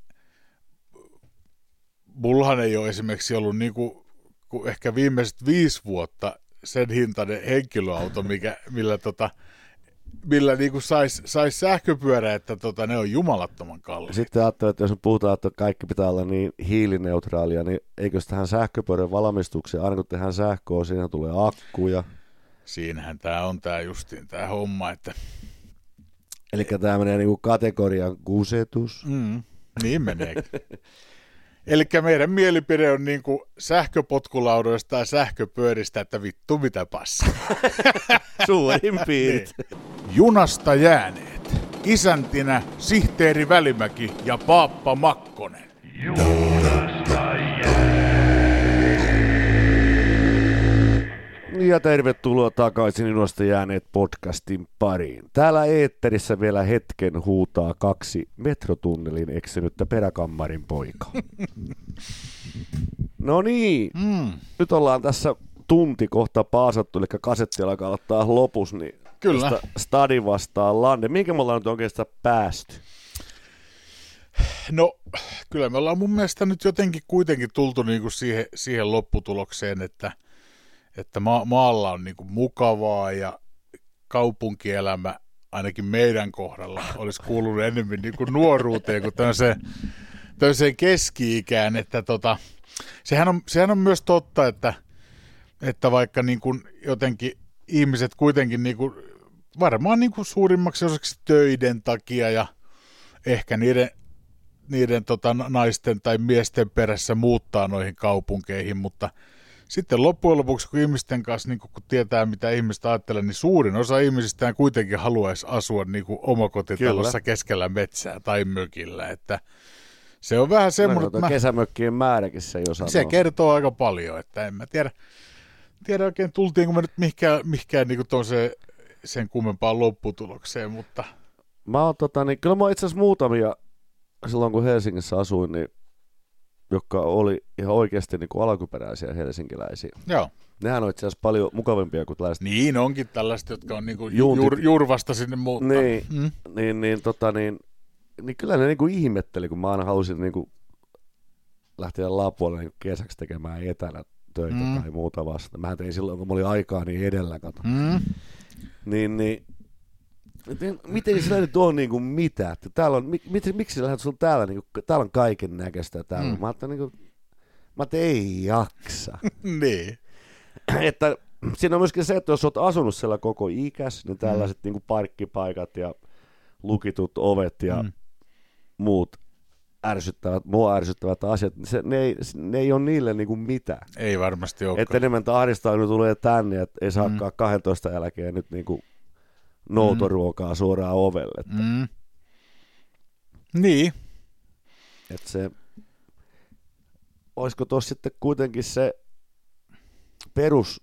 mullahan ei ole esimerkiksi ollut niin kuin, kuin ehkä viimeiset viisi vuotta sen hintainen henkilöauto, mikä, millä, tota, millä niin kuin sais, sais sähköpyörä, että tota, ne on jumalattoman kalliita. Sitten ajattelin, että jos me puhutaan, että kaikki pitää olla niin hiilineutraalia, niin eikö tähän sähköpyörän valmistukseen, aina kun tehdään sähköä, siinä tulee akkuja. Siinähän tämä on tämä justiin tämä homma, että Eli tämä menee niinku kategorian kusetus. mm, niin meneekin. Eli meidän mielipide on niin kuin sähköpotkulaudoista ja sähköpyöristä, että vittu mitä passaa. Suurin piirtein. Junasta jääneet. Isäntinä sihteeri Välimäki ja Paappa Makkonen. Ja tervetuloa takaisin Junasta jääneet podcastin pariin. Täällä eetterissä vielä hetken huutaa kaksi metrotunnelin eksynyttä peräkammarin poikaa. No niin, Mm, nyt ollaan tässä tunti kohta paasattu, eli kasetti alkaa olla taas lopussa, niin Kyllä. tästä Stadi vastaan Lande. Minkä me ollaan nyt oikeastaan päästy? no, kyllä me ollaan mun mielestä nyt jotenkin kuitenkin tultu niinku siihen, siihen lopputulokseen, että, että ma- maalla on niinku mukavaa ja kaupunkielämä ainakin meidän kohdalla olisi kuulunut enemmän niinku nuoruuteen kuin tämmöiseen, tämmöiseen keski-ikään, että tota, sehän, on, sehän on myös totta, että, että vaikka niinku jotenkin ihmiset kuitenkin niinku, varmaan niinku suurimmaksi osaksi töiden takia ja ehkä niiden, niiden tota, naisten tai miesten perässä muuttaa noihin kaupunkeihin, mutta sitten loppujen lopuksi, kun ihmisten kanssa, niin kun tietää, mitä ihmiset ajattelee, niin suurin osa ihmisistä kuitenkin haluaisi asua niin kuin omakotitalossa Kyllä. keskellä metsää tai mökillä. Että se on vähän semmoinen, että mä, Kesämökkien määräkin se jo sanoo. se kertoo aika paljon, että en mä tiedä, tiedä oikein, tultiinko me nyt mihinkään, mihinkään niin kuin se, sen kummempaan lopputulokseen, mutta Mä oon tota, niin, kyllä mä oon itse asiassa muutamia, silloin kun Helsingissä asuin, niin, jotka oli ihan oikeasti niin kuin alkuperäisiä helsinkiläisiä. joo. Nehän on itse asiassa paljon mukavimpia kuin tällaiset. Niin onkin tällaiset, jotka on niinku Juntit. juur, juurvasta sinne muuttaa. Niin, Mm. niin, niin, tota, niin, niin kyllä ne niin kuin ihmetteli, kun mä aina halusin niin kuin lähteä Lapualle niin kuin kesäksi tekemään etänä töitä Mm. tai muuta vasta. Mä tein silloin, kun mulla oli aikaa niin edellä, kato. Mm. Niin, niin, miten, miten sillä nyt on niin kuin mitä? Että täällä on, mik, miksi, miksi sillä on täällä, niin kuin, täällä on kaiken näköistä täällä? Mm. Mä ajattelin, niin kuin, mä ajattelin, ei jaksa. Niin. Että siinä on myöskin se, että jos olet asunut siellä koko ikäs, niin tällaiset mm. niin kuin parkkipaikat ja lukitut ovet ja Mm. muut ärsyttävät, mua ärsyttävät asiat, niin se, ne, ei, ne ei ole niille niin kuin mitään. Ei varmasti olekaan. Että enemmän tahdistaa, kun ne tulee tänne, että ei saakaan Mm. kahdentoista jälkeen nyt niin kuin noutoruokaa suoraan ovelle. Että, Mm. Niin. että se, olisiko tuossa sitten kuitenkin se perus,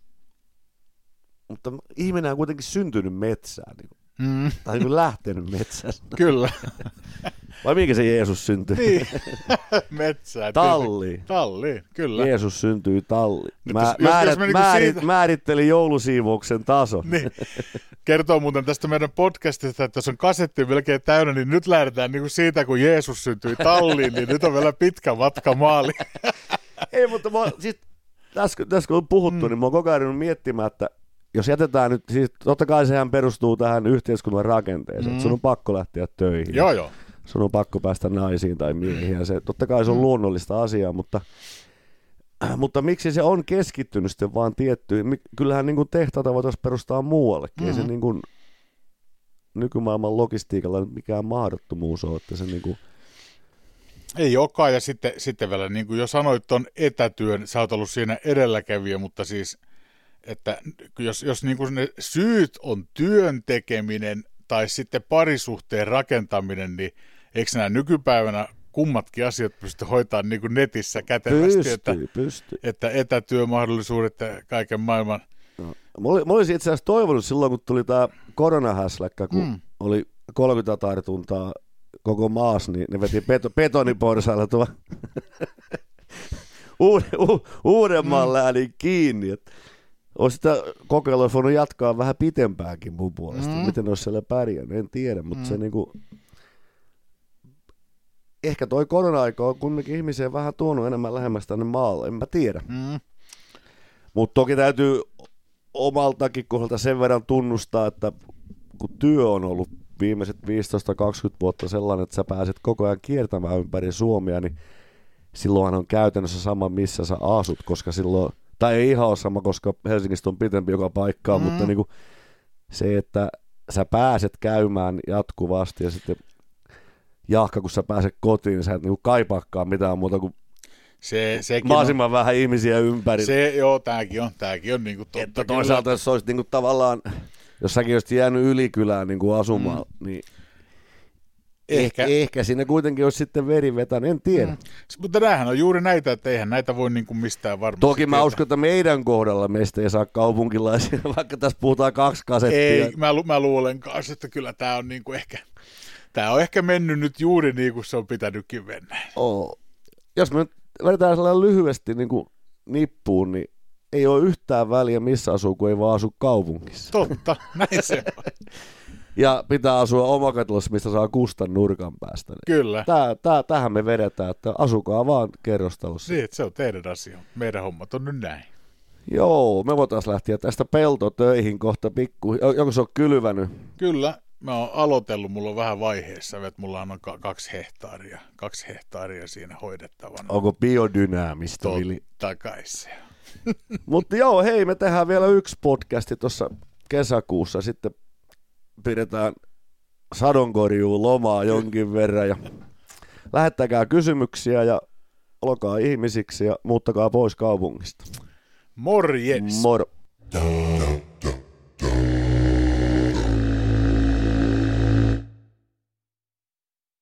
mutta ihminen on kuitenkin syntynyt metsään, niin kuin, Mm. tai niin kuin lähtenyt metsästä. Kyllä. Vai minkä se Jeesus syntyi? Niin, metsään. Talliin. Talliin, kyllä. Jeesus syntyi talliin. Mä, jos- jos määrät, me niinku määrit, siitä- määritteli joulusiivouksen tason. Niin. Kertoo muuten tästä meidän podcastista, että jos on kasetti melkein täynnä, niin nyt lähdetään niinku siitä, kun Jeesus syntyi Talliin, niin nyt on vielä pitkä matka maaliin. Ei, mutta mä, siis, tässä, tässä kun on puhuttu, mm. niin mä oon koko ajan ruvennut miettimään, että jos jätetään nyt, siis totta kai sehän perustuu tähän yhteiskunnan rakenteeseen, mm. että sun on pakko lähteä töihin. Joo, joo. Sun on pakko päästä naisiin tai miehiin, ja se, totta kai se on mm. luonnollista asiaa, mutta, mutta miksi se on keskittynyt sitten vaan tiettyihin? Kyllähän niin kuin tehtaita voitaisiin perustaa muuallekin, mm. ei se niin kuin nykymaailman logistiikalla nyt mikään mahdottomuus ole, että se niin kuin... Ei olekaan, ja sitten, sitten vielä, niin kuin jo sanoit ton etätyön, sä oot ollut siinä edelläkävijä, mutta siis, että jos, jos niin kuin ne syyt on työn tekeminen tai sitten parisuhteen rakentaminen, niin eikö nämä nykypäivänä kummatkin asiat pysty hoitamaan niin kuin netissä kätevästi, Pystyy, että, pystyy. että etätyömahdollisuudet ja kaiken maailman. No. Mä, olisin, mä olisin itse asiassa toivonut silloin, kun tuli tämä koronahäsläkkä, kun mm. oli kolmekymmentä tartuntaa koko maassa, niin ne veti beto, betoniporsailla tuo Uuden, u, Uudenmaan mm. läänin kiinni. Et olisi sitä kokeilua olisi voinut jatkaa vähän pitempäänkin mun puolesta. Mm. Miten olisi siellä pärjännyt, en tiedä, mutta mm. se niinku... Ehkä toi korona-aika on kuitenkin ihmisiä vähän tuonut enemmän lähemmäs tänne maalle, en mä tiedä. Mm. Mutta toki täytyy omaltakin kohdalta sen verran tunnustaa, että kun työ on ollut viimeiset viisitoista kaksikymmentä vuotta sellainen, että sä pääset koko ajan kiertämään ympäri Suomea, niin silloinhan on käytännössä sama, missä sä asut, koska silloin, tai ei ihan ole sama, koska Helsingistä on pitempi joka paikkaan, mm. mutta niin kuin se, että sä pääset käymään jatkuvasti ja sitten jahka, kun sä pääset kotiin, niin sä et niin kuin kaipaakaan mitään muuta kuin se, mahdollisimman vähän ihmisiä ympäri. Se, joo, tääkin on, tääkin on niin kuin totta. Että toisaalta, jos olisi niin kuin tavallaan, jos säkin olisit jäänyt ylikylään niin kuin asumaan, mm. niin ehkä. Ehkä, ehkä siinä kuitenkin olisi sitten veri vetänyt, en tiedä. Mm. Mutta näähän on juuri näitä, että eihän näitä voi niin kuin mistään varmasti Toki mä tietää. uskon, että meidän kohdalla meistä ei saa kaupunkilaisia, vaikka tässä puhutaan kaksi kasettia. Ei, mä, lu- mä luulen kanssa, että kyllä tämä on niin kuin ehkä, tämä on ehkä mennyt nyt juuri niin kuin se on pitänytkin mennä. Oh. Jos me nyt vedetään sellainen lyhyesti niin kuin nippuun, niin ei ole yhtään väliä missä asuu, kun ei vaan asu kaupungissa. Totta, näin se on. Ja pitää asua omakotitalossa, mistä saa kustan nurkan päästä. Kyllä. Tää, tää, tähän me vedetään, että asukaa vaan kerrostalossa. Niin, se on teidän asia. Meidän hommat on nyt näin. Joo, me voitaisiin lähteä tästä peltotöihin kohta pikku. Joku se on kylvänyt? Kyllä, mä oon aloitellut, mulla on vähän vaiheessa, että mulla on kaksi hehtaaria, kaksi hehtaaria siinä hoidettavana. Onko biodynäämistä, Vili? Totta kai se. Mutta joo, hei, me tehdään vielä yksi podcasti tuossa kesäkuussa, sitten pidetään sadonkorjuu lomaa jonkin verran ja lähettäkää kysymyksiä ja olkaa ihmisiksi ja muuttakaa pois kaupungista. Morjes! Moro!